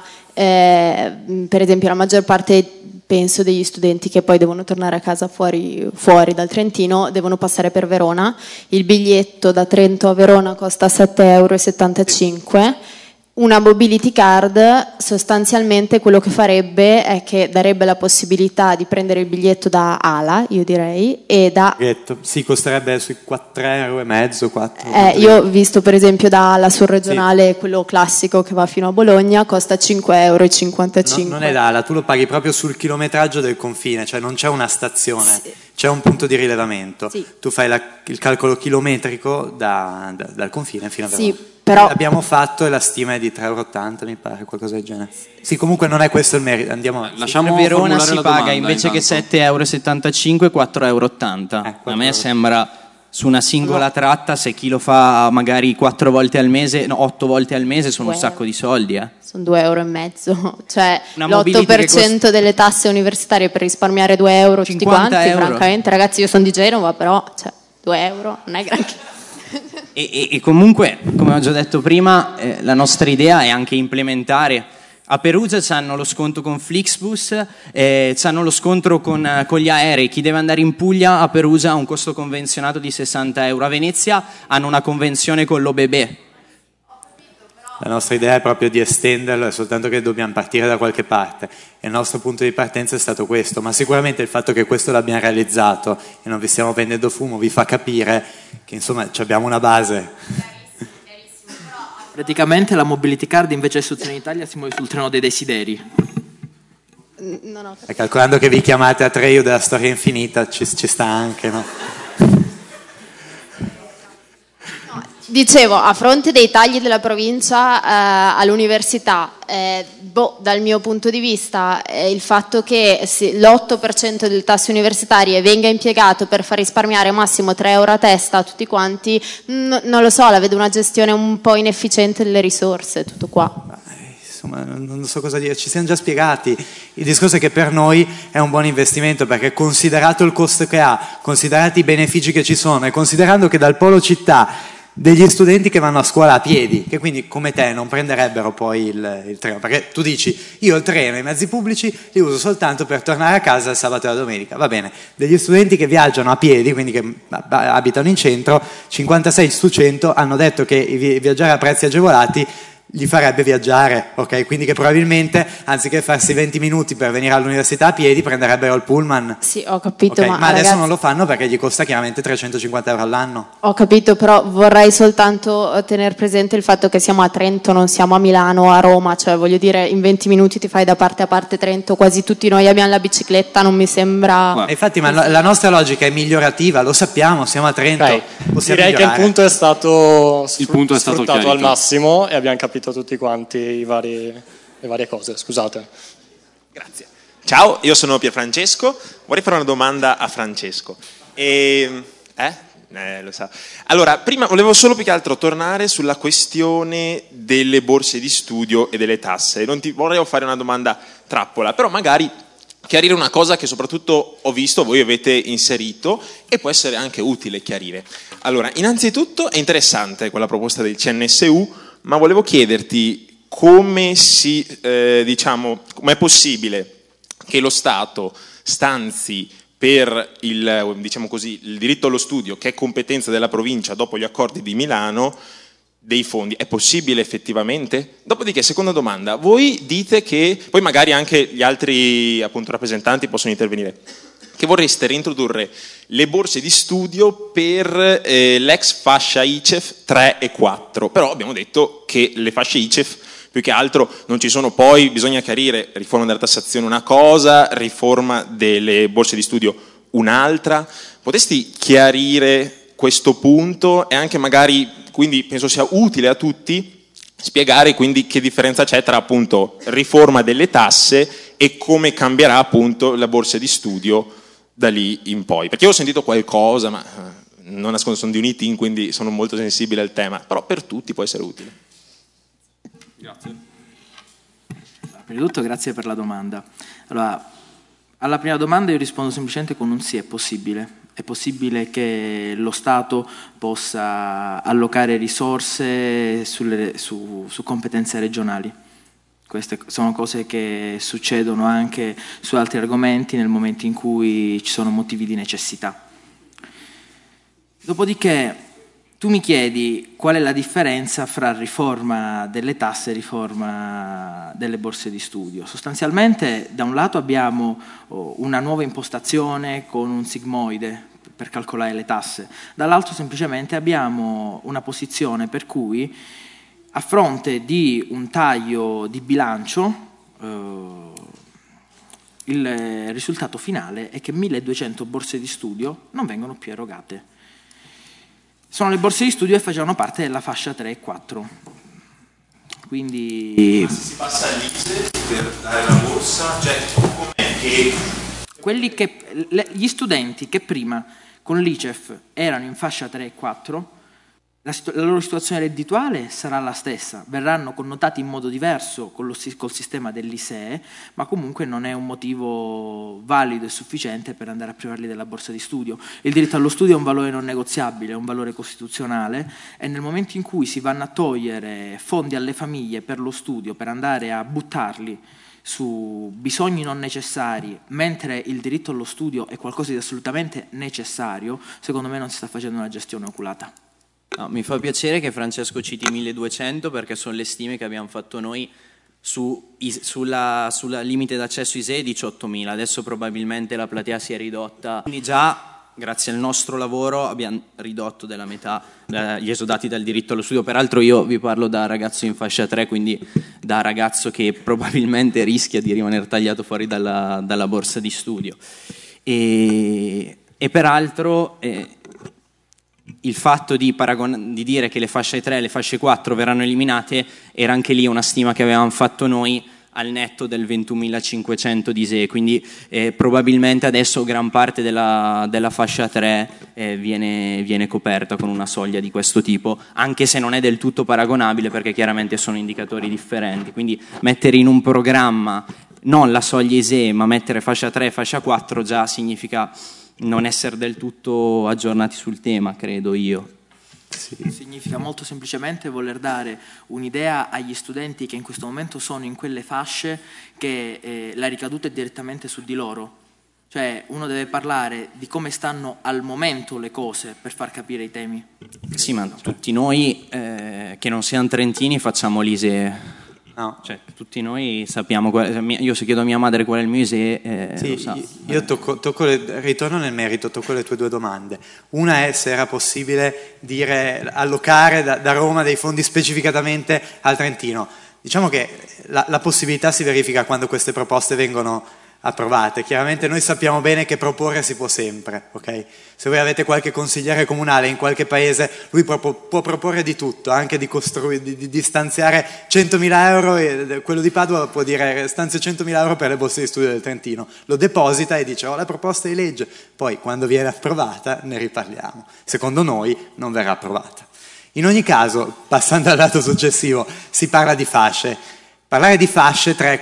per esempio la maggior parte, penso, degli studenti che poi devono tornare a casa fuori dal Trentino devono passare per Verona. Il biglietto da Trento a Verona costa 7,75 €. Una mobility card sostanzialmente quello che farebbe è che darebbe la possibilità di prendere il biglietto da Ala, io direi, e da... Sì, costerebbe sui 3,5 €, 4 io ho visto per esempio da Ala sul regionale, sì, quello classico che va fino a Bologna, costa 5,55 €. Non è da Ala, tu lo paghi proprio sul chilometraggio del confine, cioè non c'è una stazione. Sì. c'è un punto di rilevamento. Sì. Tu fai il calcolo chilometrico dal confine fino a Verona. Sì, però... Abbiamo fatto e la stima è di 3,80 €, mi pare, qualcosa del genere. Sì, comunque non è questo il merito. Andiamo avanti. A Verona si paga invece che 7,75 €, 4,80 €. A me sembra, su una singola tratta, se chi lo fa magari 4 volte al mese, no, 8 volte al mese, sono un sacco di soldi. Sono 2,5 €, cioè Una mobility l'8% delle tasse universitarie per risparmiare 2 euro tutti 50 quanti, euro. Francamente, ragazzi, io sono di Genova, però 2 euro non è granché. E comunque, come ho già detto prima, la nostra idea è anche implementare. A Perugia hanno lo sconto con Flixbus, hanno lo scontro con gli aerei. Chi deve andare in Puglia a Perugia ha un costo convenzionato di 60 €. A Venezia hanno una convenzione con l'OBB. La nostra idea è proprio di estenderlo, è soltanto che dobbiamo partire da qualche parte. E il nostro punto di partenza è stato questo, ma sicuramente il fatto che questo l'abbiamo realizzato e non vi stiamo vendendo fumo vi fa capire che insomma abbiamo una base. Praticamente la mobility card invece di istruzione in Italia si muove sul treno dei desideri. E calcolando che vi chiamate Atreyu della storia infinita, ci sta anche, no? Dicevo, a fronte dei tagli della provincia all'università, dal mio punto di vista, il fatto che l'8% delle tasse universitarie venga impiegato per far risparmiare massimo 3 euro a testa a tutti quanti, non lo so, la vedo una gestione un po' inefficiente delle risorse, tutto qua. Insomma, non so cosa dire, ci siamo già spiegati. Il discorso è che per noi è un buon investimento, perché considerato il costo che ha, considerati i benefici che ci sono e considerando che dal polo città degli studenti che vanno a scuola a piedi, che quindi come te non prenderebbero poi il treno, perché tu dici io il treno e i mezzi pubblici li uso soltanto per tornare a casa il sabato e la domenica, va bene, degli studenti che viaggiano a piedi, quindi che abitano in centro, 56 su 100 hanno detto che viaggiare a prezzi agevolati gli farebbe viaggiare, ok? Quindi che probabilmente anziché farsi 20 minuti per venire all'università a piedi prenderebbero il pullman. Sì, ho capito, okay? Ma adesso ragazzi, non lo fanno perché gli costa chiaramente 350 euro all'anno. Ho capito, però vorrei soltanto tenere presente il fatto che siamo a Trento, non siamo a Milano o a Roma, cioè voglio dire, in 20 minuti ti fai da parte a parte Trento, quasi tutti noi abbiamo la bicicletta, non mi sembra... Infatti, ma la nostra logica è migliorativa, lo sappiamo, siamo a Trento. Okay. Direi migliorare. che il punto è stato sfruttato chiarito al massimo e abbiamo capito tutti quanti le varie cose, scusate. Grazie. Ciao, io sono Pierfrancesco, vorrei fare una domanda a Francesco. Lo sa. Allora, prima volevo solo più che altro tornare sulla questione delle borse di studio e delle tasse. Non ti vorrei fare una domanda trappola, però magari chiarire una cosa che soprattutto ho visto voi avete inserito e può essere anche utile chiarire. Allora, innanzitutto è interessante quella proposta del CNSU, ma volevo chiederti come com'è possibile che lo Stato stanzi per il diritto allo studio, che è competenza della provincia dopo gli accordi di Milano, dei fondi. È possibile effettivamente? Dopodiché, seconda domanda, voi dite che, poi magari anche gli altri appunto rappresentanti possono intervenire, che vorreste reintrodurre le borse di studio per l'ex fascia ICEF 3 e 4, però abbiamo detto che le fasce ICEF più che altro non ci sono, poi bisogna chiarire, riforma della tassazione una cosa, riforma delle borse di studio un'altra. Potresti chiarire questo punto e anche magari, quindi penso sia utile a tutti, spiegare quindi che differenza c'è tra appunto riforma delle tasse e come cambierà appunto la borsa di studio da lì in poi, perché io ho sentito qualcosa, ma non nascondo, sono di un ITIN, quindi sono molto sensibile al tema, però per tutti può essere utile. Grazie. Prima di tutto grazie per la domanda. Allora, alla prima domanda io rispondo semplicemente con un sì, è possibile. È possibile che lo Stato possa allocare risorse su competenze regionali. Queste sono cose che succedono anche su altri argomenti nel momento in cui ci sono motivi di necessità. Dopodiché tu mi chiedi qual è la differenza fra riforma delle tasse e riforma delle borse di studio. Sostanzialmente da un lato abbiamo una nuova impostazione con un sigmoide per calcolare le tasse, dall'altro semplicemente abbiamo una posizione per cui a fronte di un taglio di bilancio il risultato finale è che 1200 borse di studio non vengono più erogate. Sono le borse di studio che facevano parte della fascia 3 e 4. Quindi... Ma se si passa all'ISEE per dare la borsa, cioè com'è che... Gli studenti che prima con l'ICEF erano in fascia 3 e 4, la loro situazione reddituale sarà la stessa, verranno connotati in modo diverso col sistema dell'ISEE, ma comunque non è un motivo valido e sufficiente per andare a privarli della borsa di studio. Il diritto allo studio è un valore non negoziabile, è un valore costituzionale, e nel momento in cui si vanno a togliere fondi alle famiglie per lo studio, per andare a buttarli su bisogni non necessari, mentre il diritto allo studio è qualcosa di assolutamente necessario, secondo me non si sta facendo una gestione oculata. No, mi fa piacere che Francesco citi 1200 perché sono le stime che abbiamo fatto noi sulla limite d'accesso ISEE 18.000, adesso probabilmente la platea si è ridotta, quindi già grazie al nostro lavoro abbiamo ridotto della metà gli esodati dal diritto allo studio. Peraltro io vi parlo da ragazzo in fascia 3, quindi da ragazzo che probabilmente rischia di rimanere tagliato fuori dalla borsa di studio, e peraltro il fatto di dire che le fasce 3 e le fasce 4 verranno eliminate era anche lì una stima che avevamo fatto noi al netto del 21.500 di ISEE, quindi probabilmente adesso gran parte della fascia 3 viene coperta con una soglia di questo tipo, anche se non è del tutto paragonabile perché chiaramente sono indicatori differenti, quindi mettere in un programma non la soglia ISEE ma mettere fascia 3 e fascia 4 già significa non essere del tutto aggiornati sul tema, credo io. Sì. Significa molto semplicemente voler dare un'idea agli studenti che in questo momento sono in quelle fasce che la ricaduta è direttamente su di loro. Cioè uno deve parlare di come stanno al momento le cose per far capire i temi. Sì, ma tutti noi che non siamo trentini facciamo l'ISEE. No. Cioè, tutti noi sappiamo, io se chiedo a mia madre qual è il mio ISEE, sì, lo sa. Io ritorno nel merito, tocco le tue due domande. Una è se era possibile allocare da Roma dei fondi specificatamente al Trentino. Diciamo che la possibilità si verifica quando queste proposte vengono approvate. Chiaramente noi sappiamo bene che proporre si può sempre, ok? Se voi avete qualche consigliere comunale in qualche paese, lui può proporre di tutto, anche di stanziare 100.000 euro, e quello di Padova può dire stanzio 100.000 euro per le borse di studio del Trentino, lo deposita e dice ho la proposta di legge, poi quando viene approvata ne riparliamo. Secondo noi non verrà approvata. In ogni caso, passando al lato successivo, si parla di fasce. Parlare di fasce 3 e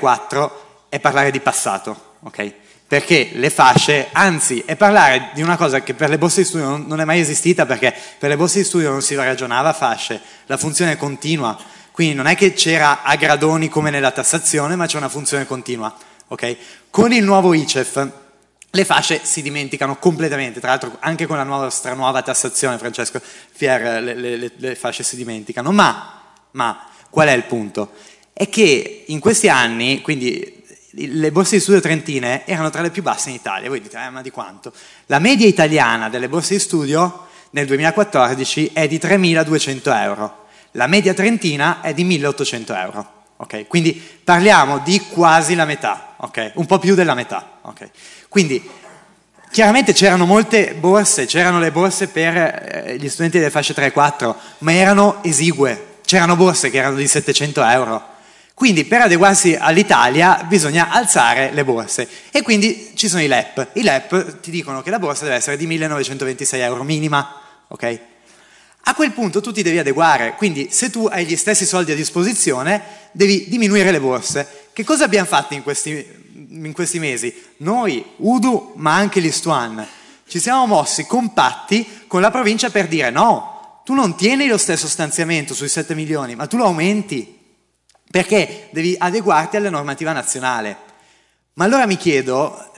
4 è parlare di passato. Okay? Perché le fasce, anzi è parlare di una cosa che per le borse di studio non è mai esistita, perché per le borse di studio non si ragionava a fasce, la funzione è continua, quindi non è che c'era a gradoni come nella tassazione, ma c'è una funzione continua. Okay? Con il nuovo ICEF le fasce si dimenticano completamente, tra l'altro anche con la nostra nuova tassazione, Francesco Fier, le fasce si dimenticano, ma qual è il punto? È che in questi anni, quindi le borse di studio trentine erano tra le più basse in Italia. Voi dite, ma di quanto? La media italiana delle borse di studio nel 2014 è di 3.200 euro, la media trentina è di 1.800 euro. Okay? Quindi parliamo di quasi la metà, okay? Un po' più della metà. Okay? Quindi chiaramente c'erano molte borse, c'erano le borse per gli studenti delle fasce 3 e 4, ma erano esigue, c'erano borse che erano di 700 euro. Quindi per adeguarsi all'Italia bisogna alzare le borse e quindi ci sono i LEP. I LEP ti dicono che la borsa deve essere di 1.926 euro minima, ok? A quel punto tu ti devi adeguare, quindi se tu hai gli stessi soldi a disposizione devi diminuire le borse. Che cosa abbiamo fatto in questi mesi? Noi, UDU, ma anche l'Istuan, ci siamo mossi compatti con la provincia per dire no, tu non tieni lo stesso stanziamento sui 7 milioni, ma tu lo aumenti. Perché devi adeguarti alla normativa nazionale. Ma allora mi chiedo,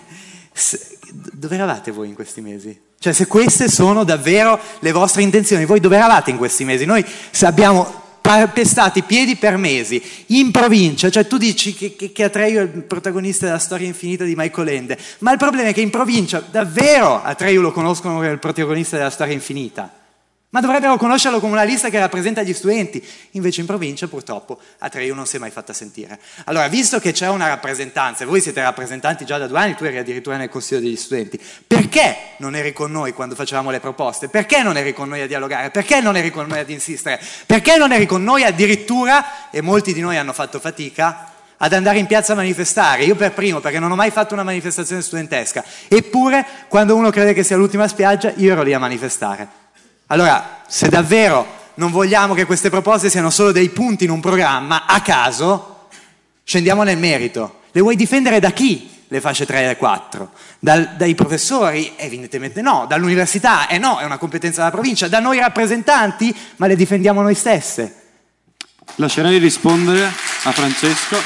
dove eravate voi in questi mesi? Cioè se queste sono davvero le vostre intenzioni, voi dove eravate in questi mesi? Noi abbiamo pestato i piedi per mesi, in provincia, cioè tu dici che Atreju è il protagonista della storia infinita di Michael Ende, ma il problema è che in provincia davvero Atreju lo conoscono come il protagonista della storia infinita. ma dovrebbero conoscerlo come una lista che rappresenta gli studenti. Invece in provincia purtroppo a Traiu non si è mai fatta sentire. Allora, visto che c'è una rappresentanza, e voi siete rappresentanti già da 2 anni, tu eri addirittura nel consiglio degli studenti, perché non eri con noi quando facevamo le proposte? Perché non eri con noi a dialogare? Perché non eri con noi ad insistere? Perché non eri con noi addirittura, e molti di noi hanno fatto fatica, ad andare in piazza a manifestare? Io per primo, perché non ho mai fatto una manifestazione studentesca, eppure quando uno crede che sia l'ultima spiaggia, io ero lì a manifestare. Allora, se davvero non vogliamo che queste proposte siano solo dei punti in un programma a caso, scendiamo nel merito. Le vuoi difendere da chi le fasce 3 e 4? Dai professori? Evidentemente no. Dall'università? No, è una competenza della provincia. Da noi rappresentanti? Ma le difendiamo noi stesse. Lascerei rispondere a Francesco.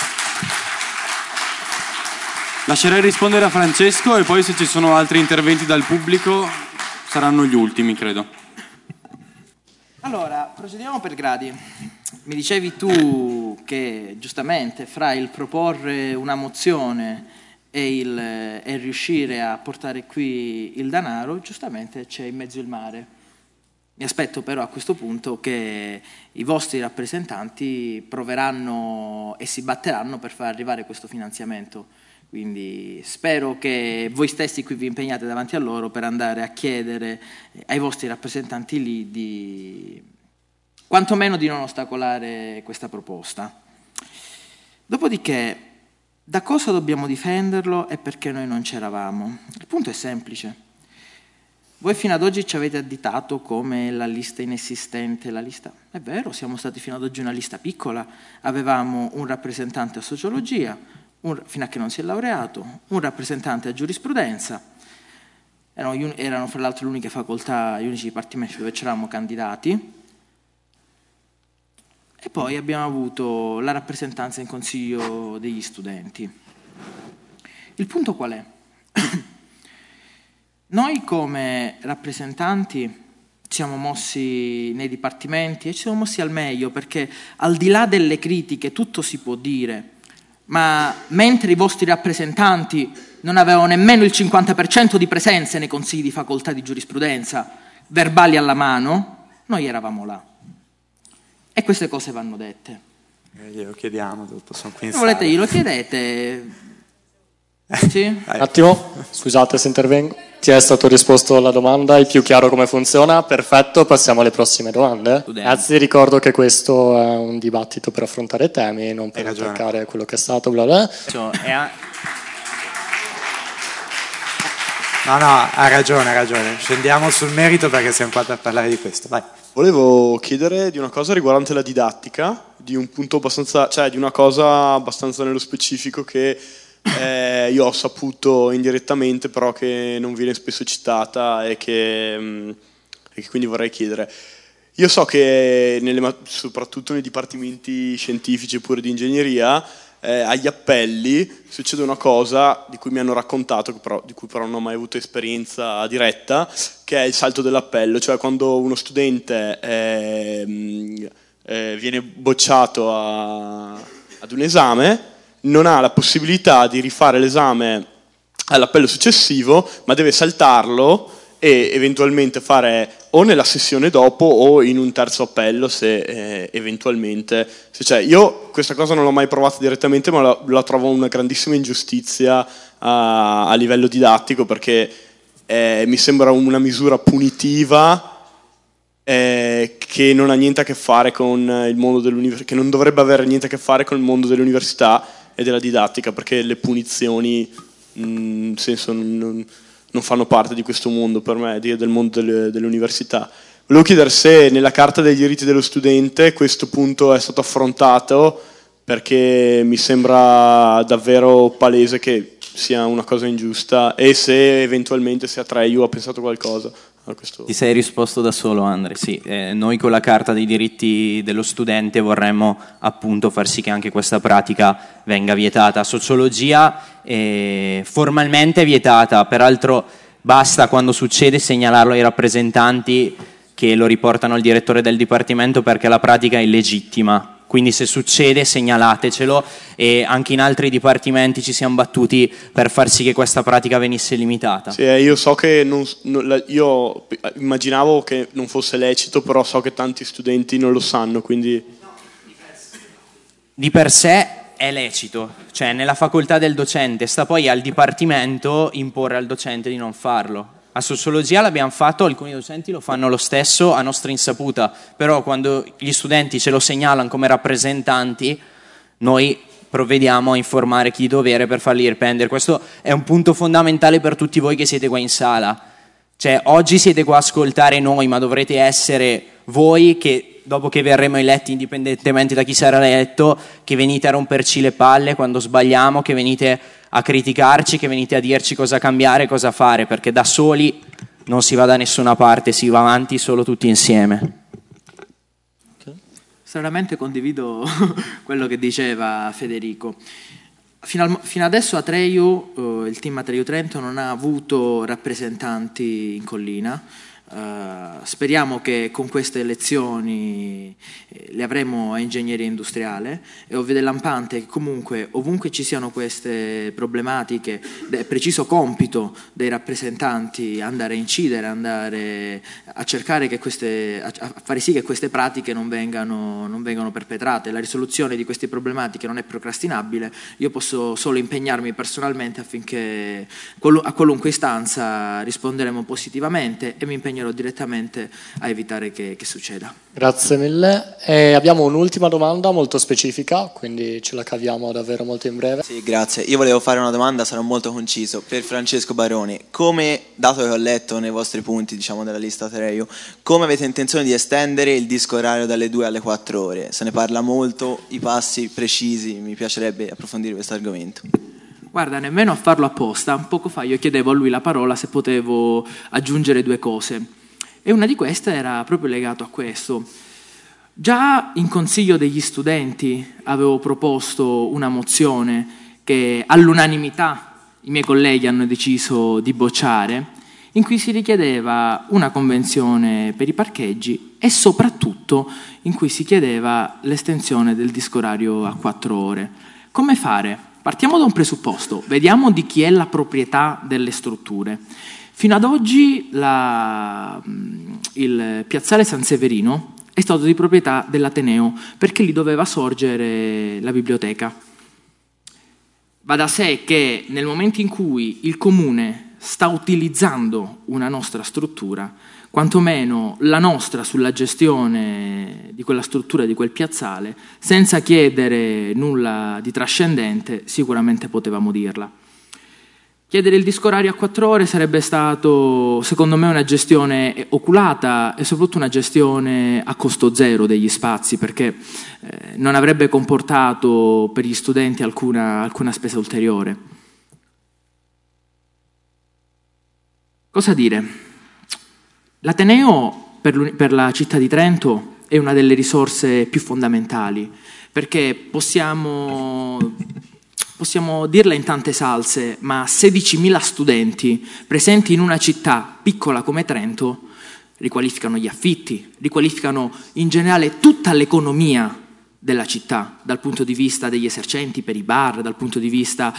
E poi se ci sono altri interventi dal pubblico saranno gli ultimi, credo. Allora, procediamo per gradi. Mi dicevi tu che giustamente fra il proporre una mozione e riuscire a portare qui il denaro, giustamente c'è in mezzo il mare. Mi aspetto però a questo punto che i vostri rappresentanti proveranno e si batteranno per far arrivare questo finanziamento. Quindi spero che voi stessi qui vi impegnate davanti a loro per andare a chiedere ai vostri rappresentanti lì di quantomeno di non ostacolare questa proposta. Dopodiché, da cosa dobbiamo difenderlo e perché noi non c'eravamo? Il punto è semplice. Voi fino ad oggi ci avete additato come la lista inesistente, la lista... È vero, siamo stati fino ad oggi una lista piccola, avevamo un rappresentante a sociologia, fino a che non si è laureato, un rappresentante a giurisprudenza, erano fra l'altro le uniche facoltà, gli unici dipartimenti dove c'eravamo candidati, e poi abbiamo avuto la rappresentanza in consiglio degli studenti. Il punto qual è? Noi come rappresentanti ci siamo mossi nei dipartimenti e ci siamo mossi al meglio, perché al di là delle critiche tutto si può dire, ma mentre i vostri rappresentanti non avevano nemmeno il 50% di presenze nei consigli di facoltà di giurisprudenza, verbali alla mano, noi eravamo là. E queste cose vanno dette. Glielo chiediamo tutto, sono qui in se volete sala. glielo chiedete. Sì? Un attimo, scusate se intervengo. Ti è stato risposto alla domanda, è più chiaro come funziona? Perfetto, passiamo alle prossime domande. Anzi, ricordo che questo è un dibattito per affrontare temi, non per attaccare quello che è stato, bla bla. No, ha ragione. Scendiamo sul merito perché siamo qua per parlare di questo. Vai. Volevo chiedere di una cosa riguardante la didattica, di un punto abbastanza, cioè di una cosa abbastanza nello specifico che io ho saputo indirettamente, però che non viene spesso citata e che quindi vorrei chiedere. Io so che soprattutto nei dipartimenti scientifici oppure di ingegneria, agli appelli succede una cosa di cui mi hanno raccontato, di cui però non ho mai avuto esperienza diretta, che è il salto dell'appello, cioè quando uno studente viene bocciato ad un esame, non ha la possibilità di rifare l'esame all'appello successivo, ma deve saltarlo e eventualmente fare o nella sessione dopo o in un terzo appello se eventualmente se c'è. Io questa cosa non l'ho mai provata direttamente, ma la trovo una grandissima ingiustizia a livello didattico, perché mi sembra una misura punitiva che non ha niente a che fare con il mondo dell'università, che non dovrebbe avere niente a che fare con il mondo dell'università e della didattica, perché le punizioni in senso non fanno parte di questo mondo, per me, del mondo delle università. Volevo chiedere se nella Carta dei diritti dello studente questo punto è stato affrontato, perché mi sembra davvero palese che sia una cosa ingiusta, e se eventualmente se a Traiu ha pensato qualcosa a questo. Ti sei risposto da solo, Andre. Sì, noi con la Carta dei diritti dello studente vorremmo appunto far sì che anche questa pratica venga vietata. Sociologia formalmente è vietata, peraltro basta, quando succede, segnalarlo ai rappresentanti che lo riportano al direttore del dipartimento, perché la pratica è illegittima. quindi se succede segnalatecelo, e anche in altri dipartimenti ci siamo battuti per far sì che questa pratica venisse limitata. Sì, io so che io immaginavo che non fosse lecito, però so che tanti studenti non lo sanno, quindi... Di per sé è lecito, cioè nella facoltà del docente, sta poi al dipartimento imporre al docente di non farlo. A sociologia l'abbiamo fatto, alcuni docenti lo fanno lo stesso a nostra insaputa, però quando gli studenti ce lo segnalano come rappresentanti, noi provvediamo a informare chi di dovere per farli riprendere. Questo è un punto fondamentale per tutti voi che siete qua in sala. Cioè, oggi siete qua a ascoltare noi, ma dovrete essere voi che, dopo che verremo eletti, indipendentemente da chi sarà eletto, che venite a romperci le palle quando sbagliamo, che venite a criticarci, che venite a dirci cosa cambiare, cosa fare, perché da soli non si va da nessuna parte, si va avanti solo tutti insieme. Stranamente condivido quello che diceva Federico. Fino adesso Atreju, il team Atreju Trento non ha avuto rappresentanti in collina. Speriamo che con queste elezioni le avremo a ingegneria industriale, e ho vede lampante che comunque ovunque ci siano queste problematiche è preciso compito dei rappresentanti andare a incidere, andare a cercare che a fare sì che queste pratiche non vengano perpetrate. La risoluzione di queste problematiche non è procrastinabile. Io posso solo impegnarmi personalmente affinché a qualunque istanza risponderemo positivamente, e mi impegnerò direttamente a evitare che succeda. Grazie mille. E abbiamo un'ultima domanda molto specifica, quindi ce la caviamo davvero molto in breve. Sì, grazie. Io volevo fare una domanda, sarò molto conciso, per Francesco Baroni. Come, dato che ho letto nei vostri punti, diciamo, della lista Atreju, come avete intenzione di estendere il disco orario dalle 2 alle 4 ore? Se ne parla molto, i passi precisi, mi piacerebbe approfondire questo argomento. Guarda, nemmeno a farlo apposta. Poco fa io chiedevo a lui la parola se potevo aggiungere 2 cose, e una di queste era proprio legato a questo. Già in consiglio degli studenti avevo proposto una mozione che all'unanimità i miei colleghi hanno deciso di bocciare, in cui si richiedeva una convenzione per i parcheggi e soprattutto in cui si chiedeva l'estensione del disco orario a 4 ore. Come fare? Partiamo da un presupposto, vediamo di chi è la proprietà delle strutture. Fino ad oggi il piazzale San Severino è stato di proprietà dell'Ateneo, perché lì doveva sorgere la biblioteca. Va da sé che nel momento in cui il comune sta utilizzando una nostra struttura, quantomeno la nostra sulla gestione di quella struttura, di quel piazzale, senza chiedere nulla di trascendente, sicuramente potevamo dirla. Chiedere il disco orario a 4 ore sarebbe stato, secondo me, una gestione oculata e soprattutto una gestione a costo zero degli spazi, perché non avrebbe comportato per gli studenti alcuna spesa ulteriore. Cosa dire? L'Ateneo per la città di Trento è una delle risorse più fondamentali, perché possiamo dirla in tante salse, ma 16.000 studenti presenti in una città piccola come Trento riqualificano gli affitti, riqualificano in generale tutta l'economia della città, dal punto di vista degli esercenti per i bar, dal punto di vista,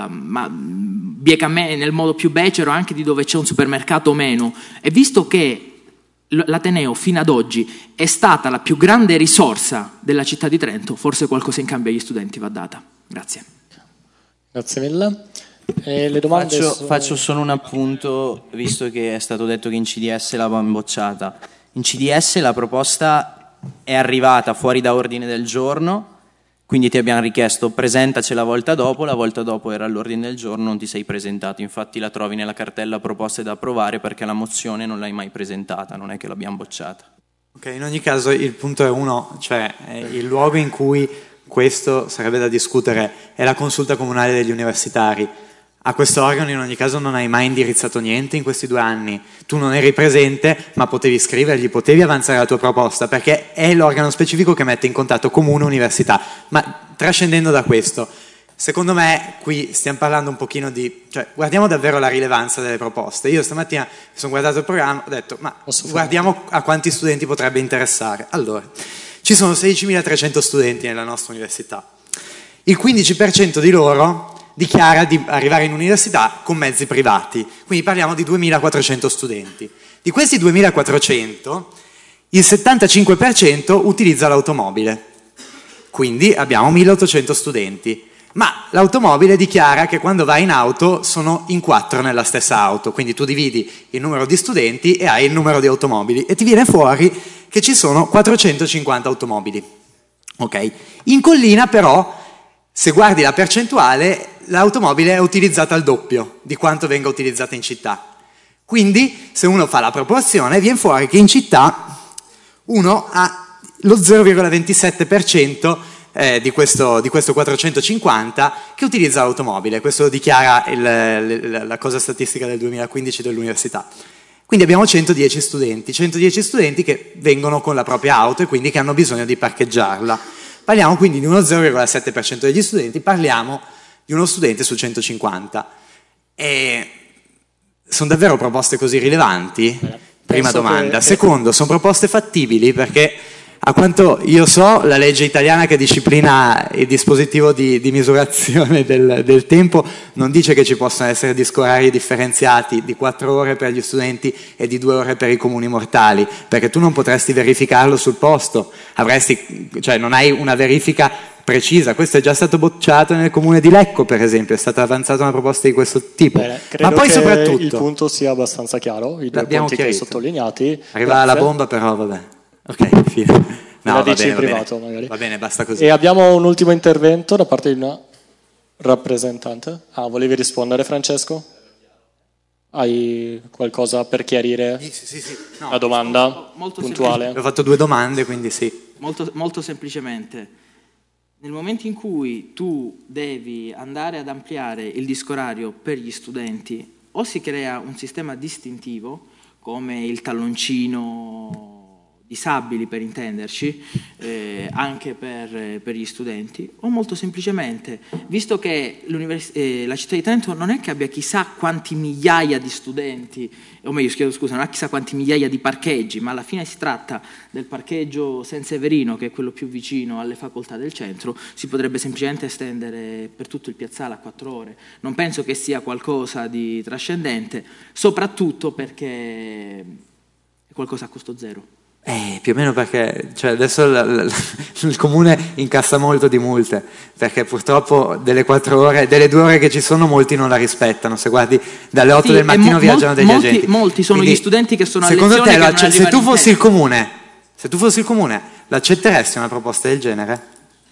nel modo più becero, anche di dove c'è un supermercato o meno. E visto che l'Ateneo fino ad oggi è stata la più grande risorsa della città di Trento, forse qualcosa in cambio agli studenti va data. Grazie. Grazie mille. Le domande faccio solo un appunto, visto che è stato detto che in CDS l'avevamo bocciata. In CDS la proposta è arrivata fuori da ordine del giorno, quindi ti abbiamo richiesto presentaci la volta dopo era all'ordine del giorno, non ti sei presentato, infatti la trovi nella cartella proposte da approvare, perché la mozione non l'hai mai presentata, non è che l'abbiamo bocciata. Ok, in ogni caso il punto è uno, cioè il luogo in cui questo sarebbe da discutere è la consulta comunale degli universitari. A questo organo in ogni caso non hai mai indirizzato niente in questi 2 anni. Tu non eri presente, ma potevi scrivergli, potevi avanzare la tua proposta, perché è l'organo specifico che mette in contatto comune e università. Ma trascendendo da questo, secondo me qui stiamo parlando un pochino di... cioè guardiamo davvero la rilevanza delle proposte. Io stamattina mi sono guardato il programma, ho detto ma guardiamo a quanti studenti potrebbe interessare. Allora, Ci sono 16.300 studenti nella nostra università. Il 15% di loro dichiara di arrivare in università con mezzi privati, quindi parliamo di 2.400 studenti. Di questi 2.400, il 75% utilizza l'automobile, quindi abbiamo 1.800 studenti. Ma l'automobile dichiara che quando vai in auto sono in 4 nella stessa auto, quindi tu dividi il numero di studenti e hai il numero di automobili e ti viene fuori che ci sono 450 automobili. Ok? In collina però, se guardi la percentuale, l'automobile è utilizzata al doppio di quanto venga utilizzata in città. Quindi se uno fa la proporzione viene fuori che in città uno ha lo 0,27% di questo 450 che utilizza l'automobile. Questo lo dichiara la cosa statistica del 2015 dell'università. Quindi abbiamo 110 studenti che vengono con la propria auto e quindi che hanno bisogno di parcheggiarla. Parliamo quindi di uno 0,7% degli studenti, parliamo di uno studente su 150. E sono davvero proposte così rilevanti? Prima domanda. Secondo, sono proposte fattibili perché a quanto io so, la legge italiana che disciplina il dispositivo di misurazione del tempo non dice che ci possono essere dischi orari differenziati di 4 ore per gli studenti e di 2 ore per i comuni mortali, perché tu non potresti verificarlo sul posto, cioè non hai una verifica precisa. Questo è già stato bocciato nel comune di Lecco, per esempio, è stata avanzata una proposta di questo tipo. Credo ma poi che soprattutto il punto sia abbastanza chiaro, i due punti che hai sottolineati. Arriva la bomba, però vabbè. Ok, fine. No, la va dici bene, in privato, magari. Va bene, basta così. E abbiamo un ultimo intervento da parte di una rappresentante. Volevi rispondere, Francesco? Hai qualcosa per chiarire? Sì. No, la domanda molto puntuale? Ho fatto 2 domande, quindi sì. Molto semplicemente. Nel momento in cui tu devi andare ad ampliare il disco orario per gli studenti, o si crea un sistema distintivo, come il talloncino disabili per intenderci, anche per gli studenti, o molto semplicemente, visto che la città di Trento non è che abbia chissà quanti migliaia di studenti, o meglio, scusa, non ha chissà quanti migliaia di parcheggi, ma alla fine si tratta del parcheggio San Severino, che è quello più vicino alle facoltà del centro, si potrebbe semplicemente estendere per tutto il piazzale a 4 ore. Non penso che sia qualcosa di trascendente, soprattutto perché è qualcosa a costo zero. Più o meno perché adesso il comune incassa molto di multe, perché purtroppo delle 4 ore, delle 2 ore che ci sono, molti non la rispettano. Se guardi, dalle 8 del mattino viaggiano degli agenti. Molti sono quindi, gli studenti che sono a secondo lezione. Secondo te, se tu fossi il comune, l'accetteresti una proposta del genere?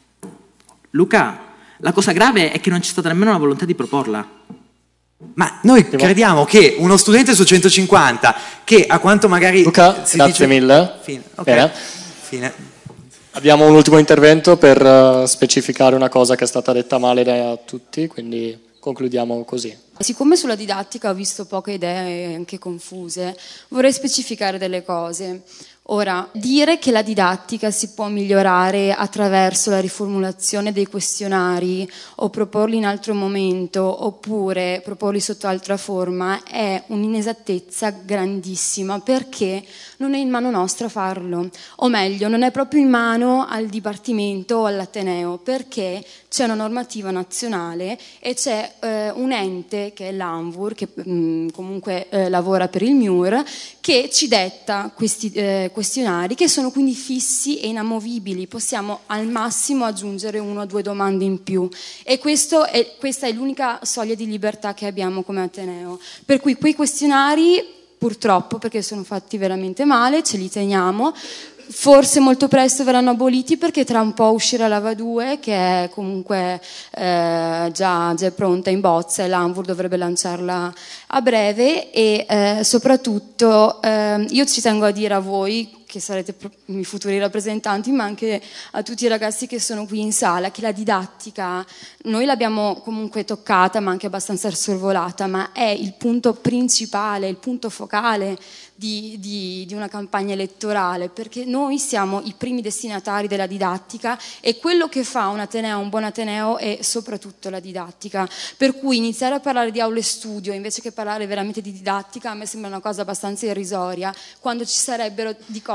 Luca, la cosa grave è che non c'è stata nemmeno la volontà di proporla. Ma noi crediamo che uno studente su 150, che a quanto magari Luca, si grazie dice... mille. Fine. Okay. Bene. Fine. Abbiamo un ultimo intervento per specificare una cosa che è stata detta male da tutti, quindi concludiamo così. Siccome sulla didattica ho visto poche idee anche confuse, vorrei specificare delle cose. Ora, dire che la didattica si può migliorare attraverso la riformulazione dei questionari o proporli in altro momento oppure proporli sotto altra forma è un'inesattezza grandissima, perché non è in mano nostra farlo, o meglio non è proprio in mano al Dipartimento o all'Ateneo, perché c'è una normativa nazionale e c'è un ente che è l'ANVUR, che comunque lavora per il MIUR, che ci detta questi questionari, che sono quindi fissi e inamovibili. Possiamo al massimo aggiungere 1 o 2 domande in più, e questa è l'unica soglia di libertà che abbiamo come Ateneo. Per cui quei questionari, purtroppo, perché sono fatti veramente male, ce li teniamo. Forse molto presto verranno aboliti, perché tra un po' uscirà la VA2, che è comunque già è pronta in bozza, e l'ANVUR dovrebbe lanciarla a breve. E soprattutto io ci tengo a dire a voi, che sarete i futuri rappresentanti, ma anche a tutti i ragazzi che sono qui in sala, che la didattica noi l'abbiamo comunque toccata, ma anche abbastanza sorvolata, ma è il punto principale, il punto focale di una campagna elettorale, perché noi siamo i primi destinatari della didattica, e quello che fa un Ateneo, un buon Ateneo, è soprattutto la didattica. Per cui iniziare a parlare di aule studio invece che parlare veramente di didattica a me sembra una cosa abbastanza irrisoria, quando ci sarebbero di cose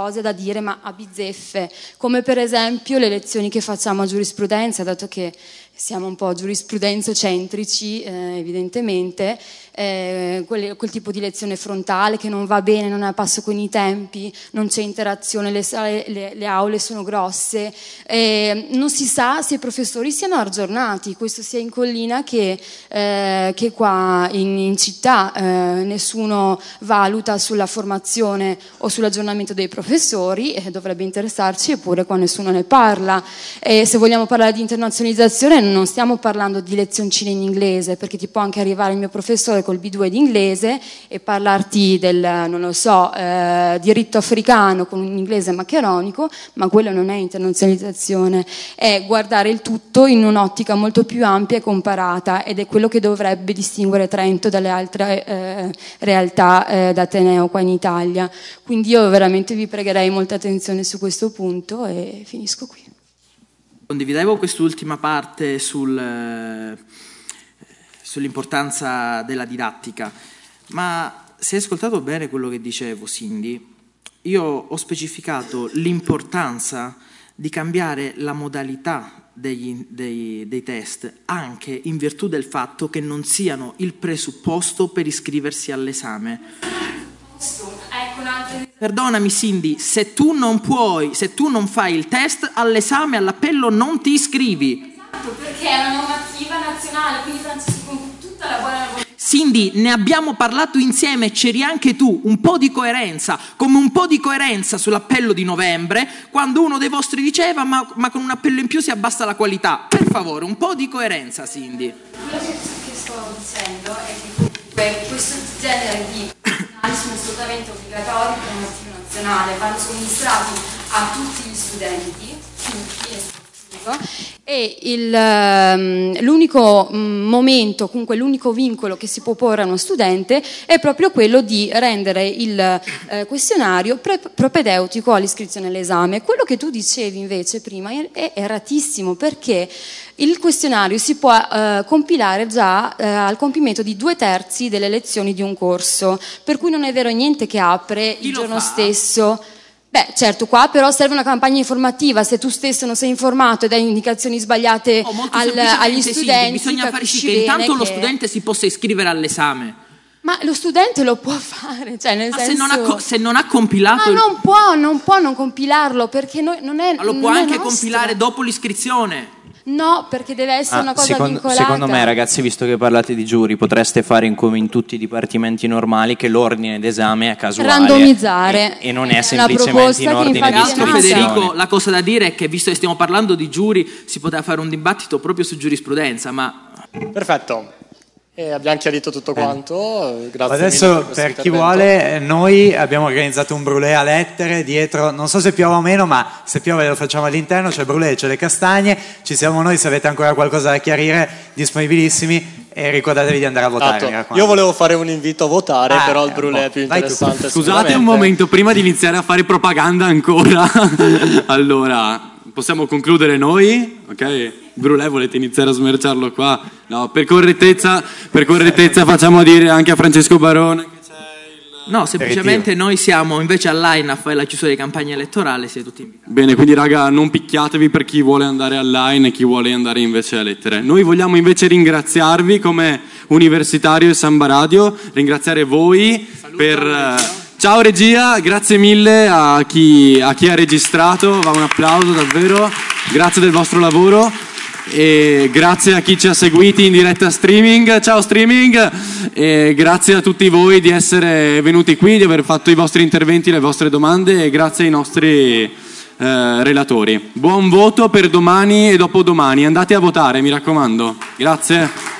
cose da dire ma a bizzeffe, come per esempio le lezioni che facciamo a giurisprudenza, dato che siamo un po' giurisprudenzocentrici evidentemente, quel tipo di lezione frontale che non va bene, non è a passo con i tempi, non c'è interazione, le aule sono grosse, non si sa se i professori siano aggiornati, questo sia in collina che qua in città. Nessuno valuta sulla formazione o sull'aggiornamento dei professori, dovrebbe interessarci, eppure qua nessuno ne parla. Se vogliamo parlare di internazionalizzazione non stiamo parlando di lezioncine in inglese, perché ti può anche arrivare il mio professore col B2 di inglese e parlarti del, non lo so, diritto africano con un inglese maccheronico, ma quello non è internazionalizzazione, è guardare il tutto in un'ottica molto più ampia e comparata, ed è quello che dovrebbe distinguere Trento dalle altre realtà d'ateneo qua in Italia. Quindi io veramente vi pregherei molta attenzione su questo punto e finisco qui. Condividevo quest'ultima parte sull'importanza della didattica, ma se hai ascoltato bene quello che dicevo, Cindy, io ho specificato l'importanza di cambiare la modalità dei test, anche in virtù del fatto che non siano il presupposto per iscriversi all'esame. Perdonami Cindy, se tu non fai il test all'esame, all'appello non ti iscrivi. Esatto, perché è una normativa nazionale, quindi Francesco, con tutta la buona volontà. Cindy, ne abbiamo parlato insieme, c'eri anche tu, un po' di coerenza, come un po' di coerenza sull'appello di novembre, quando uno dei vostri diceva ma con un appello in più si abbassa la qualità. Per favore, un po' di coerenza, Cindy. Quello che sto dicendo è che questo genere di anali sono assolutamente obbligatori per il normativo nazionale, vanno somministrati a tutti gli studenti, e l'unico momento, comunque l'unico vincolo che si può porre a uno studente è proprio quello di rendere il questionario propedeutico all'iscrizione all'esame. Quello che tu dicevi invece prima è erratissimo, perché il questionario si può compilare già al compimento di 2/3 delle lezioni di un corso, per cui non è vero niente che apre il giorno stesso. Beh, certo, qua però serve una campagna informativa. Se tu stesso non sei informato e dai indicazioni sbagliate agli studenti, bisogna fare sì che intanto lo studente si possa iscrivere all'esame. Ma lo studente lo può fare, cioè nel senso... se non ha compilato... Ma non può non compilarlo, perché non è... Ma lo può anche compilare dopo l'iscrizione. No, perché deve essere una cosa vincolata. Secondo me, ragazzi, visto che parlate di giuri, potreste fare come in tutti i dipartimenti normali, che l'ordine d'esame è casuale. Randomizzare. E non è semplicemente in ordine di iscrizione. Federico, la cosa da dire è che, visto che stiamo parlando di giuri, si poteva fare un dibattito proprio su giurisprudenza, ma... Perfetto. E abbiamo chiarito tutto quanto, grazie. Adesso per chi vuole, noi abbiamo organizzato un brûlé a lettere dietro, non so se piove o meno, ma se piove lo facciamo all'interno, c'è il brûlé, c'è le castagne, ci siamo noi, se avete ancora qualcosa da chiarire, disponibilissimi, e ricordatevi di andare a votare. Io volevo fare un invito a votare, però il brûlé è più interessante. Scusate un momento, prima di iniziare a fare propaganda ancora, allora... Possiamo concludere noi? Ok? Brulè, volete iniziare a smerciarlo qua? No, per correttezza facciamo dire anche a Francesco Barone che c'è il... No, semplicemente noi siamo invece online a fare la chiusura di campagna elettorale, siete tutti invitati. Bene, quindi raga, non picchiatevi per chi vuole andare online e chi vuole andare invece a lettere. Noi vogliamo invece ringraziarvi come Universitario e Samba Radio, ringraziare voi per... Ciao regia, grazie mille a chi ha registrato, va un applauso davvero, grazie del vostro lavoro e grazie a chi ci ha seguiti in diretta streaming, ciao streaming, e grazie a tutti voi di essere venuti qui, di aver fatto i vostri interventi, le vostre domande, e grazie ai nostri relatori. Buon voto per domani e dopodomani, andate a votare, mi raccomando, grazie.